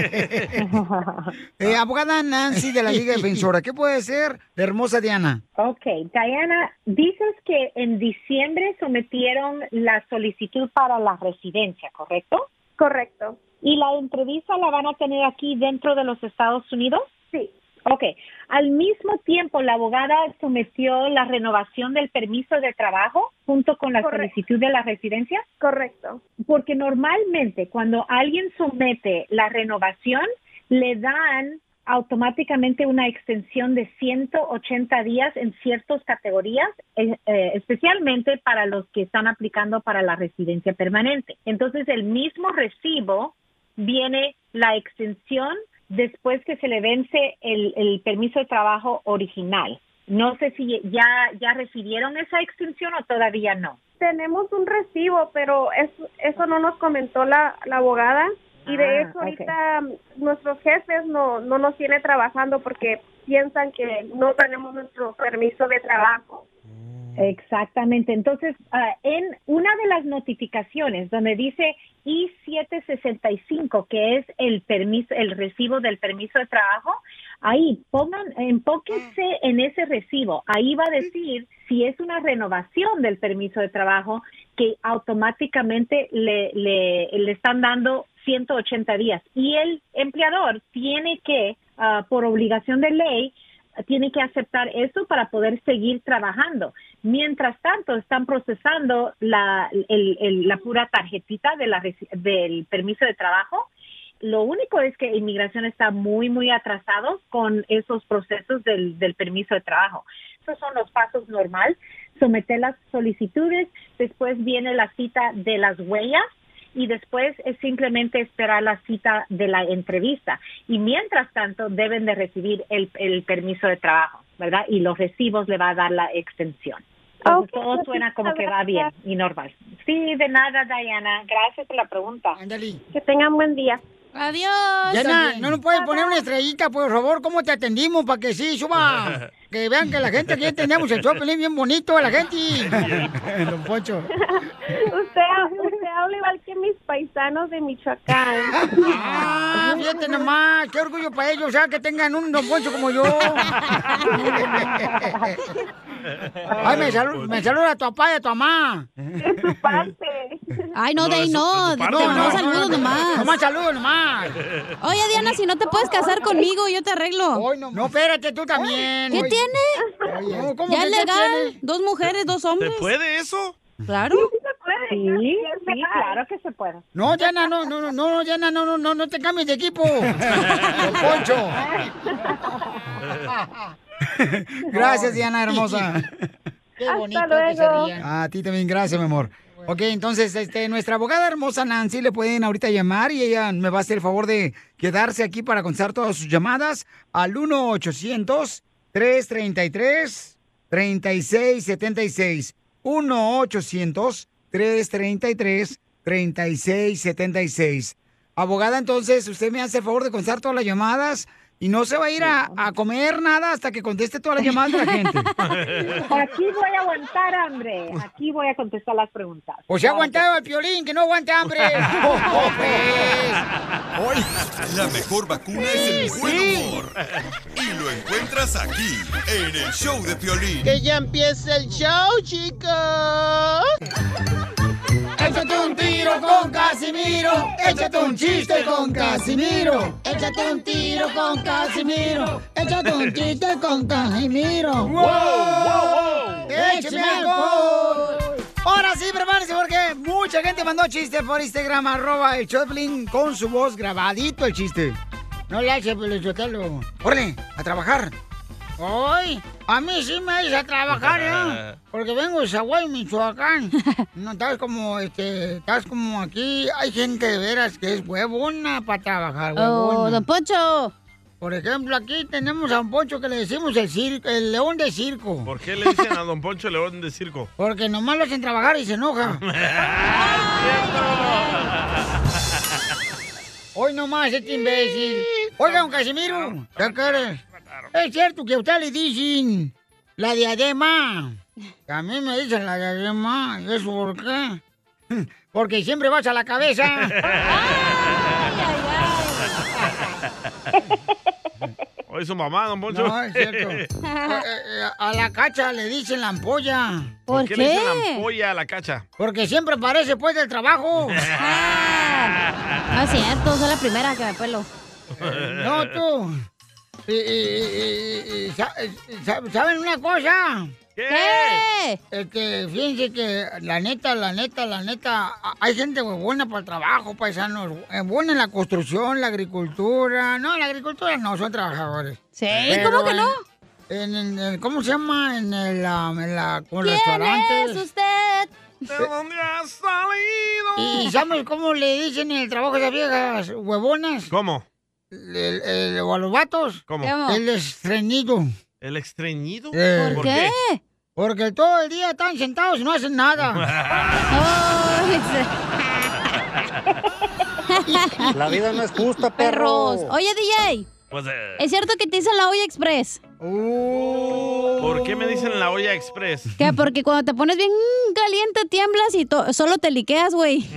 eh, abogada Nancy de la Liga Defensora, ¿qué puede ser la hermosa Diana?
Ok, Diana, dices que en diciembre sometieron la solicitud para la residencia, ¿correcto?
Correcto.
¿Y la entrevista la van a tener aquí dentro de los Estados Unidos?
Sí.
Ok. Al mismo tiempo, la abogada sometió la renovación del permiso de trabajo junto con la Correcto. solicitud de la residencia.
Correcto.
Porque normalmente cuando alguien somete la renovación, le dan automáticamente una extensión de ciento ochenta días en ciertas categorías, eh, eh, especialmente para los que están aplicando para la residencia permanente. Entonces, el mismo recibo viene la extensión después que se le vence el, el permiso de trabajo original. No sé si ya ya recibieron esa extensión o todavía no.
Tenemos un recibo, pero eso, eso no nos comentó la, la abogada. Y de
ah,
hecho ahorita okay. nuestros jefes no, no nos tienen trabajando porque piensan que no tenemos nuestro permiso de trabajo.
Exactamente. Entonces, uh, en una de las notificaciones donde dice I siete sesenta y cinco, que es el permiso, el recibo del permiso de trabajo, ahí pongan, enfóquense en ese recibo. Ahí va a decir si es una renovación del permiso de trabajo que automáticamente le, le, le están dando ciento ochenta días. Y el empleador tiene que, uh, por obligación de ley, tiene que aceptar eso para poder seguir trabajando. Mientras tanto, están procesando la, el, el, la pura tarjetita de la, del permiso de trabajo. Lo único es que inmigración está muy, muy atrasado con esos procesos del, del permiso de trabajo. Esos son los pasos normales. Someter las solicitudes, después viene la cita de las huellas, y después es simplemente esperar la cita de la entrevista. Y mientras tanto, deben de recibir el, el permiso de trabajo, ¿verdad? Y los recibos le va a dar la extensión. Entonces, todo suena como que va bien y normal. Sí, de nada, Diana. Gracias por la pregunta.
Ándale.
Que tengan buen día.
Adiós.
Diana, ¿no nos puedes poner una estrellita, por favor? ¿Cómo te atendimos para que sí suba? Que vean que la gente aquí tenemos el show de Piolín bien bonito a la gente. Don Poncho.
Usted, usted habla igual que mis paisanos de Michoacán.
Ah, fíjate nomás, qué orgullo para ellos, o sea, que tengan un Don Poncho como yo. Ay, me saluda, me saluda a tu papá y a tu mamá.
De su parte.
Ay, no, de ahí no.
No,
No, no,
no,
saludos
no,
nomás.
Nomás saludos nomás.
Oye, Diana, si no te puedes casar conmigo, yo te arreglo.
no, no, espérate, tú también.
¿Qué
Oye.
tiene?
No, ¿cómo
Ya
que
es
qué
legal.
tiene?
Dos mujeres, dos hombres.
¿Se puede eso?
Claro.
Sí, sí, claro que se puede.
No, Diana, no, no, no, no, Diana, no, no, no, no te cambies de equipo. Don Poncho. Gracias, Diana, hermosa. Qué bonito que sería. A ti también, gracias, mi amor. Ok, entonces, este, nuestra abogada hermosa Nancy le pueden ahorita llamar y ella me va a hacer el favor de quedarse aquí para contestar todas sus llamadas al uno ochocientos, tres treinta y tres, treinta y seis setenta y seis. uno ochocientos, tres treinta y tres, treinta y seis setenta y seis. Abogada, entonces, usted me hace el favor de contestar todas las llamadas y no se va a ir a, a comer nada hasta que conteste todas las llamadas de la gente.
Aquí voy a aguantar hambre. Aquí voy a contestar las preguntas.
O sea, aguantado el Piolín, que no aguanta hambre.
Hoy la mejor vacuna es el buen humor. Y lo encuentras aquí, en el show de Piolín.
Que ya empiece el show, chicos. Échate un tiro con Casimiro. Échate un chiste con Casimiro. Échate un tiro con Casimiro. Échate un chiste con Casimiro. ¡Wow! ¡Wow! wow. ¡Échame alcohol! Ahora sí, prepárense porque mucha gente mandó chistes por Instagram, arroba el Choplin, con su voz grabadito el chiste. No le hace, Pelizotelo. ¡Órale, a trabajar! ¡Ay! A mí sí me dice a trabajar, ¿eh? Porque vengo de Zaguay, Michoacán. No, estás como, este, estás como aquí. Hay gente de veras que es huevona para trabajar, huevona.
Oh, Don Poncho.
Por ejemplo, aquí tenemos a Don Poncho que le decimos el circo, el león de circo.
¿Por qué le dicen a Don Poncho león de circo?
Porque nomás lo hacen trabajar y se enoja. Hoy nomás, este imbécil. Oiga, don Casimiro, ¿qué quieres? Es cierto que a usted le dicen la diadema. Que a mí me dicen la diadema. ¿Y eso por qué? Porque siempre vas a la cabeza.
Hoy su mamá, Don Poncho.
No, es cierto. A, a la cacha le dicen la ampolla.
¿Por, ¿Por qué, qué le dicen la ampolla a la cacha?
Porque siempre aparece después del trabajo.
No es cierto, soy la primera que me pelo.
No, tú. Y, y, y, y, ¿saben una cosa?
¿Qué?
Este, fíjense que la neta, la neta, la neta, hay gente buena para el trabajo, paisanos. Buena en la construcción, la agricultura. No, la agricultura no, son trabajadores.
Sí, pero ¿cómo que no?
En, en, en, ¿cómo se llama? En el, um, en la, con
¿Quién
restaurantes.
es usted?
¿De dónde has salido?
¿Y sabes cómo le dicen en el trabajo a esas viejas huevonas?
¿Cómo?
El, el, el, o a los vatos.
¿Cómo?
El estreñido.
¿El estreñido?
Eh,
¿Por qué?
Porque todo el día están sentados y no hacen nada.
La vida no es justa, perros.
Oye, D J.
Pues, eh...
¿Es cierto que te dicen la olla express?
Uh...
¿Por qué me dicen la olla express?
Que porque cuando te pones bien caliente tiemblas y solo te liqueas, güey.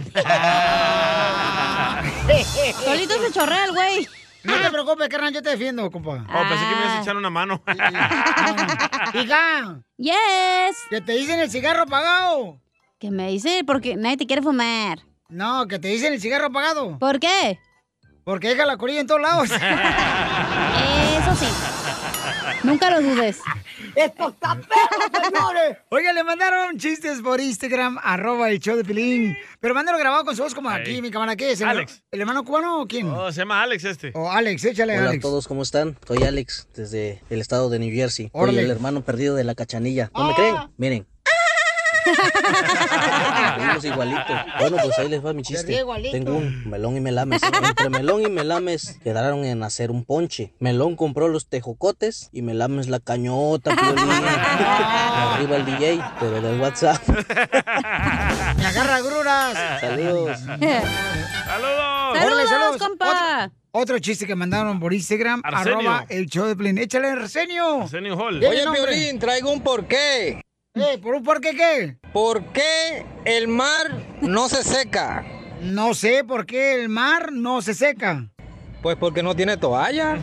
Solito se chorrea el güey.
No te preocupes, carnal, yo te defiendo, compa.
Oh, pensé que me ibas a echar una mano.
Hija.
Yes.
Que te dicen el cigarro apagado.
¿Qué me dice? Porque nadie te quiere fumar.
No, que te dicen el cigarro apagado.
¿Por qué?
Porque deja la colilla en todos lados.
Eso sí. Nunca lo dudes.
¡Esto está perro, señores! Oiga, le mandaron chistes por Instagram, arroba el show de Pilín. Pero mándalo grabado con su voz como
Ay.
aquí, mi cámara. ¿Qué es? ¿El,
Alex.
¿El hermano cubano o quién?
Oh, se llama Alex este.
O oh, Alex, échale,
Hola
Alex.
a todos, ¿cómo están? Soy Alex, desde el estado de New Jersey.
Órale.
Soy el hermano perdido de la Cachanilla. ¿No
Ah.
me creen? Miren. Vimos igualito. Bueno, pues ahí les va mi chiste. Tengo un melón y melames. Entre melón y melames quedaron en hacer un ponche. Melón compró los tejocotes y melames la cañota, Piolín. Arriba el D J, pero del WhatsApp.
Me agarra gruras.
Saludos.
¡Saludos!
Órale,
¡Saludos, compa!
Otro, otro chiste que mandaron por Instagram,
Arsenio.
arroba el show de Piolín. Échale, Arsenio.
Arsenio Hall.
Dile
Oye,
nombre.
Piolín, traigo un porqué.
Eh, ¿por un por qué qué?
¿Por qué el mar no se seca?
No sé por qué el mar no se seca.
Pues porque no tiene toalla.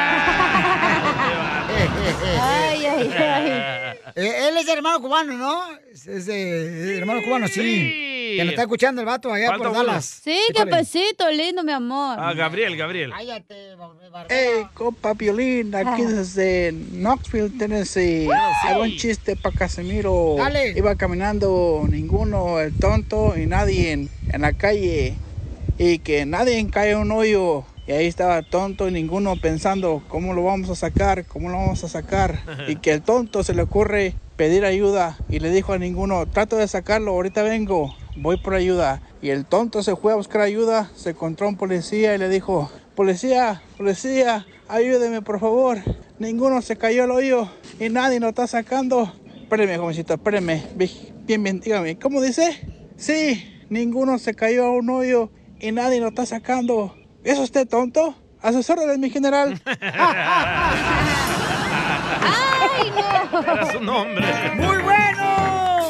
Ay, ay, ay.
Eh, él es hermano cubano, ¿no? Es, es de hermano cubano, sí.
Sí.
Que lo está escuchando el vato allá
Falta
por
uno.
Dallas.
Sí, qué pesito, lindo, mi amor.
Ah, Gabriel, Gabriel.
Cállate,
Hey, compa Piolín, aquí desde Knoxville, Tennessee. Hago un chiste para Casimiro.
Dale.
Iba caminando ninguno, el tonto y nadie en, en la calle. Y que nadie cae en un hoyo. Y ahí estaba el tonto y ninguno pensando cómo lo vamos a sacar, cómo lo vamos a sacar. Y que el tonto se le ocurre pedir ayuda y le dijo a ninguno, trato de sacarlo, ahorita vengo, voy por ayuda. Y el tonto se fue a buscar ayuda, se encontró un policía y le dijo, policía, policía, ayúdeme por favor. Ninguno se cayó al hoyo y nadie nos está sacando. Espéreme, jovencito, espéreme. Bien, bien, dígame, ¿cómo dice? Sí, ninguno se cayó a un hoyo y nadie nos está sacando. ¿Es usted tonto? A sus órdenes, mi general.
¡Ay, no!
Es un hombre.
¡Muy bueno!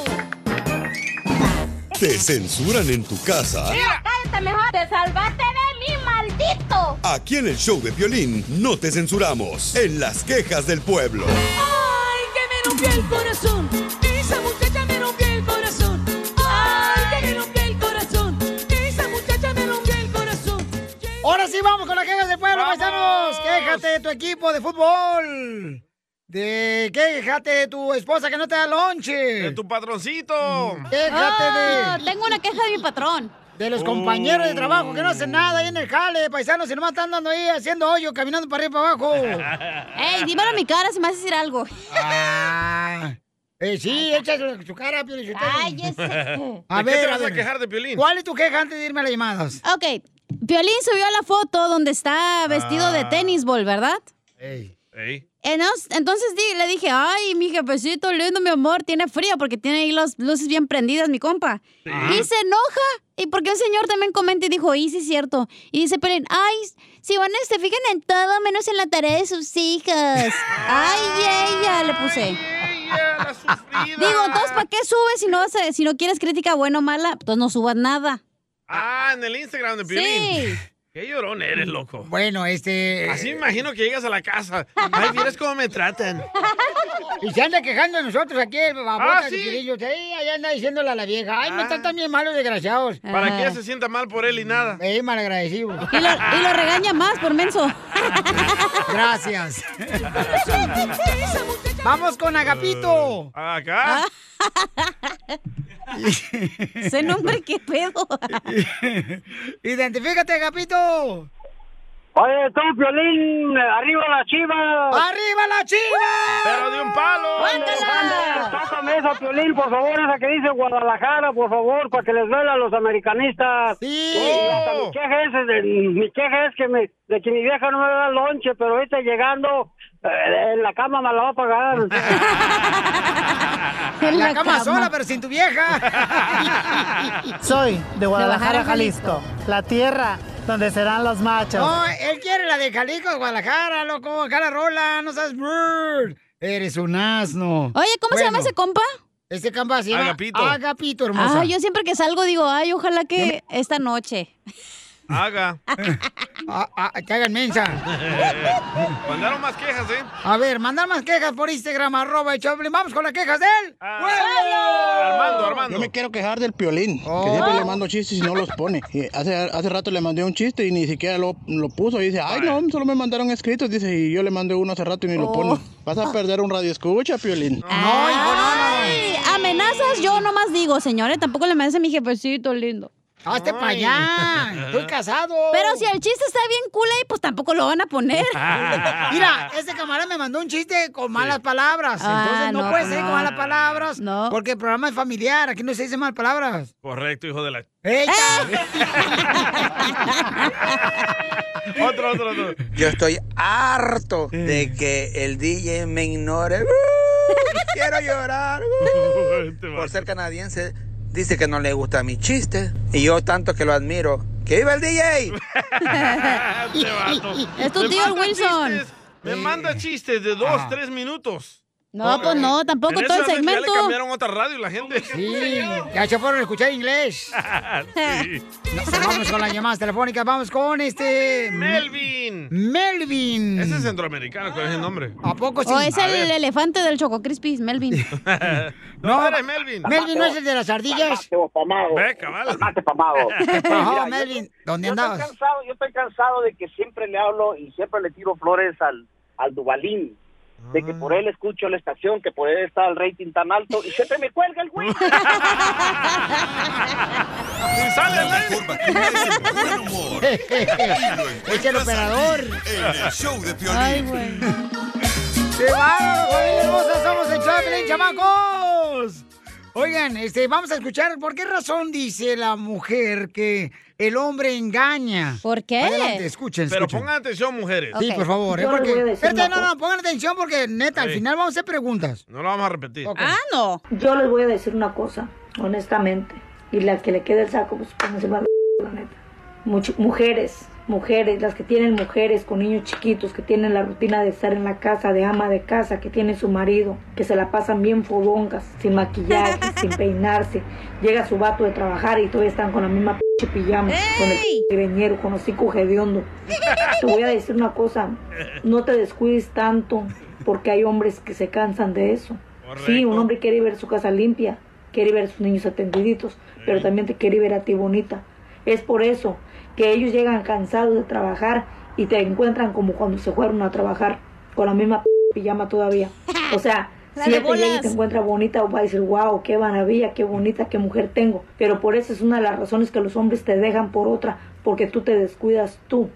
¿Te censuran en tu casa?
Mira, cállate mejor. Te salvaste de mí, maldito.
Aquí en el show de Piolín no te censuramos. En las quejas del pueblo.
Ay, que me rompió el corazón. Esa muchacha me rompió el corazón. Ay, que me rompió el corazón. Esa muchacha me rompió el corazón.
Ahora sí vamos con las quejas del pueblo,
¡Vamos!
paisanos. Quéjate de tu equipo de fútbol. De quéjate de tu esposa que no te da lonche.
De tu patroncito.
Quéjate
Ah,
de,
tengo una queja de mi patrón.
de los compañeros de trabajo que no hacen nada ahí en el jale, paisanos, y nomás están dando ahí haciendo hoyo, caminando para arriba y para abajo.
Ey, dímelo a mi cara si me vas a decir algo.
Ah, eh, sí, échale su cara, Pio Lichotelo.
Cállese.
A
¿De qué
ver,
te
a
vas a
ver.
quejar de Piolín?
¿Cuál es tu queja antes de irme a las llamadas?
Ok, Piolín subió la foto donde está vestido de tenisbol, ¿verdad?
Ey.
Ey.
Enos- Entonces di- le dije, ay, mi jefecito lindo, mi amor, tiene frío porque tiene ahí las luces bien prendidas, mi compa.
Sí.
Y se enoja. Y porque un señor también comenta y dijo, y sí es cierto. Y dice Pelín, ay, si van a se fijan en todo menos en la tarea de sus hijas. Ay, ella, le puse.
Ella, la sufrida.
Digo, entonces, ¿para qué subes si no, vas a- si no quieres crítica buena o mala? Entonces no subas nada.
Ah, en el Instagram de Piolín.
Sí.
Qué llorón eres, loco.
Bueno, este...
Así me imagino que llegas a la casa. Ay, vieras cómo me tratan.
Y se anda quejando de nosotros aquí, el babota
¿Ah,
de
sí?
Pirillo. Sí, allá anda diciéndole a la vieja. Ay, me
Ah.
tratan bien malos, desgraciados.
Para que ella se sienta mal por él y nada.
Eh, malagradecido.
Y lo, y lo regaña más por menso.
Gracias. Vamos con Agapito.
Acá.
Ese nombre, qué pedo.
Identifícate, Agapito.
Oye, tú, Piolín, arriba la chiva.
¡Arriba la chiva!
Pero de un palo.
Tócame esa, Piolín, por favor, esa que dice Guadalajara, por favor, para que les duela a los americanistas.
Sí.
Y hasta mi queja es, de- mi queja es que, me, de que mi vieja no me da lonche, pero ahorita llegando, eh, en la cama me la va a pagar.
En la cama sola, pero sin tu vieja.
Soy de Guadalajara,
Guadalajara, Jalisco.
Jalisco, la tierra donde serán los machos.
No, él quiere la de Jalisco, de Guadalajara, loco. Acá la rola, no seas bird. Eres un asno.
Oye, ¿cómo se llama
Bueno,
ese compa?
Ese compa se llama
Agapito.
Agapito, hermosa.
Ah, yo siempre que salgo digo, ay, ojalá que esta noche.
Haga.
Ah, ah, que hagan mensa.
Mandaron más quejas, ¿eh?
A ver, mandar más quejas por Instagram, arroba el Choplin. Vamos con las quejas de él.
Ah.
¡Pueblo!
Armando, Armando.
Yo me quiero quejar del Piolín,
Oh.
que siempre le mando chistes y no los pone. Y hace, hace rato le mandé un chiste y ni siquiera lo, lo puso. Y dice, ay, no, solo me mandaron escritos. Dice, y yo le mandé uno hace rato y ni lo
Oh.
pone. Vas a perder un radio escucha, Piolín.
No, hijo, no, no.
Ay, amenazas yo nomás digo, señores. Tampoco le amenaza a mi jefecito lindo.
Hazte para allá. Estoy casado.
Pero si el chiste está bien cool ahí, pues tampoco lo van a poner.
Mira, este camarada me mandó un chiste con malas palabras.
Ah,
Entonces no,
no,
puede
pues
ser
no.
con malas palabras.
No.
Porque el programa es familiar. Aquí no se dice malas palabras.
Correcto, hijo de la...
¡Ey!
Otro, otro, otro.
Yo estoy harto de que el D J me ignore. ¡Uh! Quiero llorar. ¡Uh! Por ser canadiense, dice que no le gusta mi chiste. Y yo tanto que lo admiro. ¡Que viva el D J!
Este vato.
Es tu
Me
tío el
manda
Wilson.
chistes, me manda chistes de dos,
Ah.
tres minutos.
No, pues no, tampoco
En
todo el
eso hace que Ya
segmento.
le cambiaron otra radio la gente.
Sí, ya se fueron a escuchar inglés.
Sí.
No, pues vamos con las llamadas telefónicas. Vamos con este...
Melvin.
Melvin.
Ese es centroamericano, ¿cuál es el nombre?
¿A poco sí?
O es
A
el
ver.
elefante del Choco Crispis, Melvin.
No, eres Melvin.
Melvin no es el de las ardillas.
Ve, cabal.
Pamado.
Ajá, Melvin, ¿dónde
yo
andabas?
Estoy cansado, yo estoy cansado de que siempre le hablo y siempre le tiro flores al, al Duvalín. De que por él escucho la estación, que por él está el rating tan alto y siempre me cuelga el güey.
Y sale el
La mejor vacuna es el buen humor. Y lo
Es el
encuentras
operador.
aquí, en el show de Piolín.
Ay, güey.
¡Qué bárbaro, familia hermosa! ¡Somos el Chaplin, chamacos! Oigan, este, vamos a escuchar por qué razón dice la mujer que el hombre engaña.
¿Por qué?
Adelante, escuchen,
Pero
escuchen.
pongan atención, mujeres.
Sí,
Ok.
por favor, ¿eh?
Yo les
Porque...
voy a decir
Espérate,
una
no,
cosa.
no, pongan atención porque, neta, al
Sí.
final vamos a hacer preguntas.
No lo vamos a repetir.
Ok.
Ah, no.
Yo les voy a decir una cosa, honestamente. Y la que le quede el saco, pues pónganse más la neta. Much- mujeres, mujeres, las que tienen mujeres con niños chiquitos, que tienen la rutina de estar en la casa, de ama de casa, que tienen su marido, que se la pasan bien fodongas, sin maquillaje, sin peinarse. Llega su vato de trabajar y todavía están con la misma p pijama, con el
¡Ey!
greñero, con hocico hediondo. Te voy a decir una cosa, no te descuides tanto, porque hay hombres que se cansan de eso. Sí, un hombre quiere ver su casa limpia, quiere ver a sus niños atendiditos, pero también te quiere ver a ti bonita. Es por eso que ellos llegan cansados de trabajar y te encuentran como cuando se fueron a trabajar, con la misma p pijama todavía. O sea, si
Dale
él te llega y
bolas.
te encuentra bonita, va a decir, wow, qué maravilla, qué bonita, qué mujer tengo. Pero por eso es una de las razones que los hombres te dejan por otra, porque tú te descuidas tú.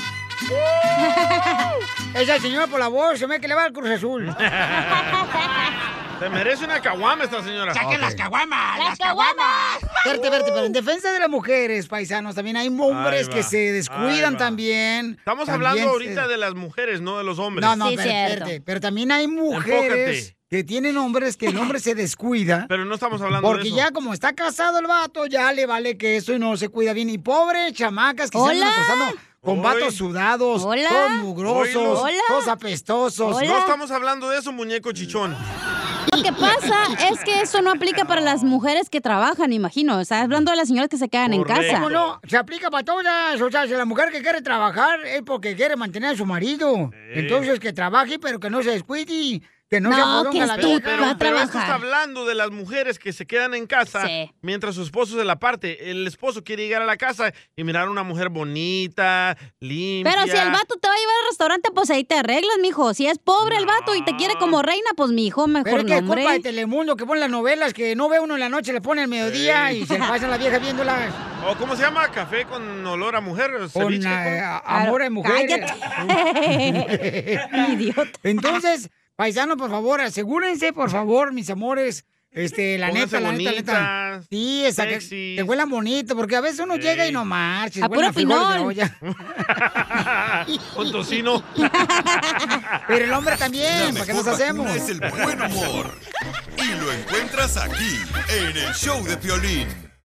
Esa señora por la voz se ve que le va al Cruz Azul.
Se merece una caguama esta señora.
¡Saquen las
caguamas!
¡Las caguamas!
Verte, verte, pero en defensa de las mujeres, paisanos, también hay hombres
Ahí va,
que se
ahí
descuidan
va.
también.
Estamos
También
hablando
se-
ahorita de las mujeres, no de los hombres.
No, no,
Sí,
pero,
cierto.
espérate, pero también hay mujeres
Enfócate.
que tienen hombres que el hombre se descuida.
Pero no estamos hablando
Porque
de eso.
ya como está casado el vato, ya le vale que eso y no se cuida bien. Y pobres chamacas que se
Hola.
andan acostando con
Hoy.
vatos sudados,
Hola.
todos mugrosos,
Hola.
todos apestosos.
Hola.
No estamos hablando de eso, muñeco chichón.
Lo que pasa es que eso no aplica para las mujeres que trabajan, imagino. Estás hablando de las señoras que se quedan en
Correcto.
casa.
¿Cómo no? Se aplica para todas. O sea, si la mujer que quiere trabajar es porque quiere mantener a su marido. Entonces que trabaje, pero que no se descuide. Que no,
No,
se fodonga
que
la
estúpido.
vieja.
Pero,
Va a
pero esto
trabajar.
está hablando de las mujeres que se quedan en casa
Sí.
mientras su esposo se la parte. El esposo quiere llegar a la casa y mirar a una mujer bonita, limpia.
Pero si el vato te va a llevar al restaurante, pues ahí te arreglas, mijo. Si es pobre el vato y te quiere como reina, pues mijo,
Pero
mejor
es que es
nombre.
culpa de Telemundo que pone las novelas que no ve uno en la noche, le pone al mediodía
Sí.
y se le pasan la vieja viéndolas.
¿O cómo se llama? Café con olor a mujer.
Con
ceviche,
eh,
¿cómo?
amor de mujer.
Cállate. Idiota.
Entonces, paisano, por favor, asegúrense, por favor, mis amores. Este, la
Pónganse
neta, la neta, la neta.
bonitas,
Sí, esa que,
sexys.
que huelan bonito, porque a veces uno llega y no marches.
A
huelen
puro
frijoles de
pinol.
olla.
Con tocino.
Pero el hombre
La
también, ¿para qué nos
mejor
hacemos?
vacuna es el buen humor. Y lo encuentras aquí, en el show de Piolín.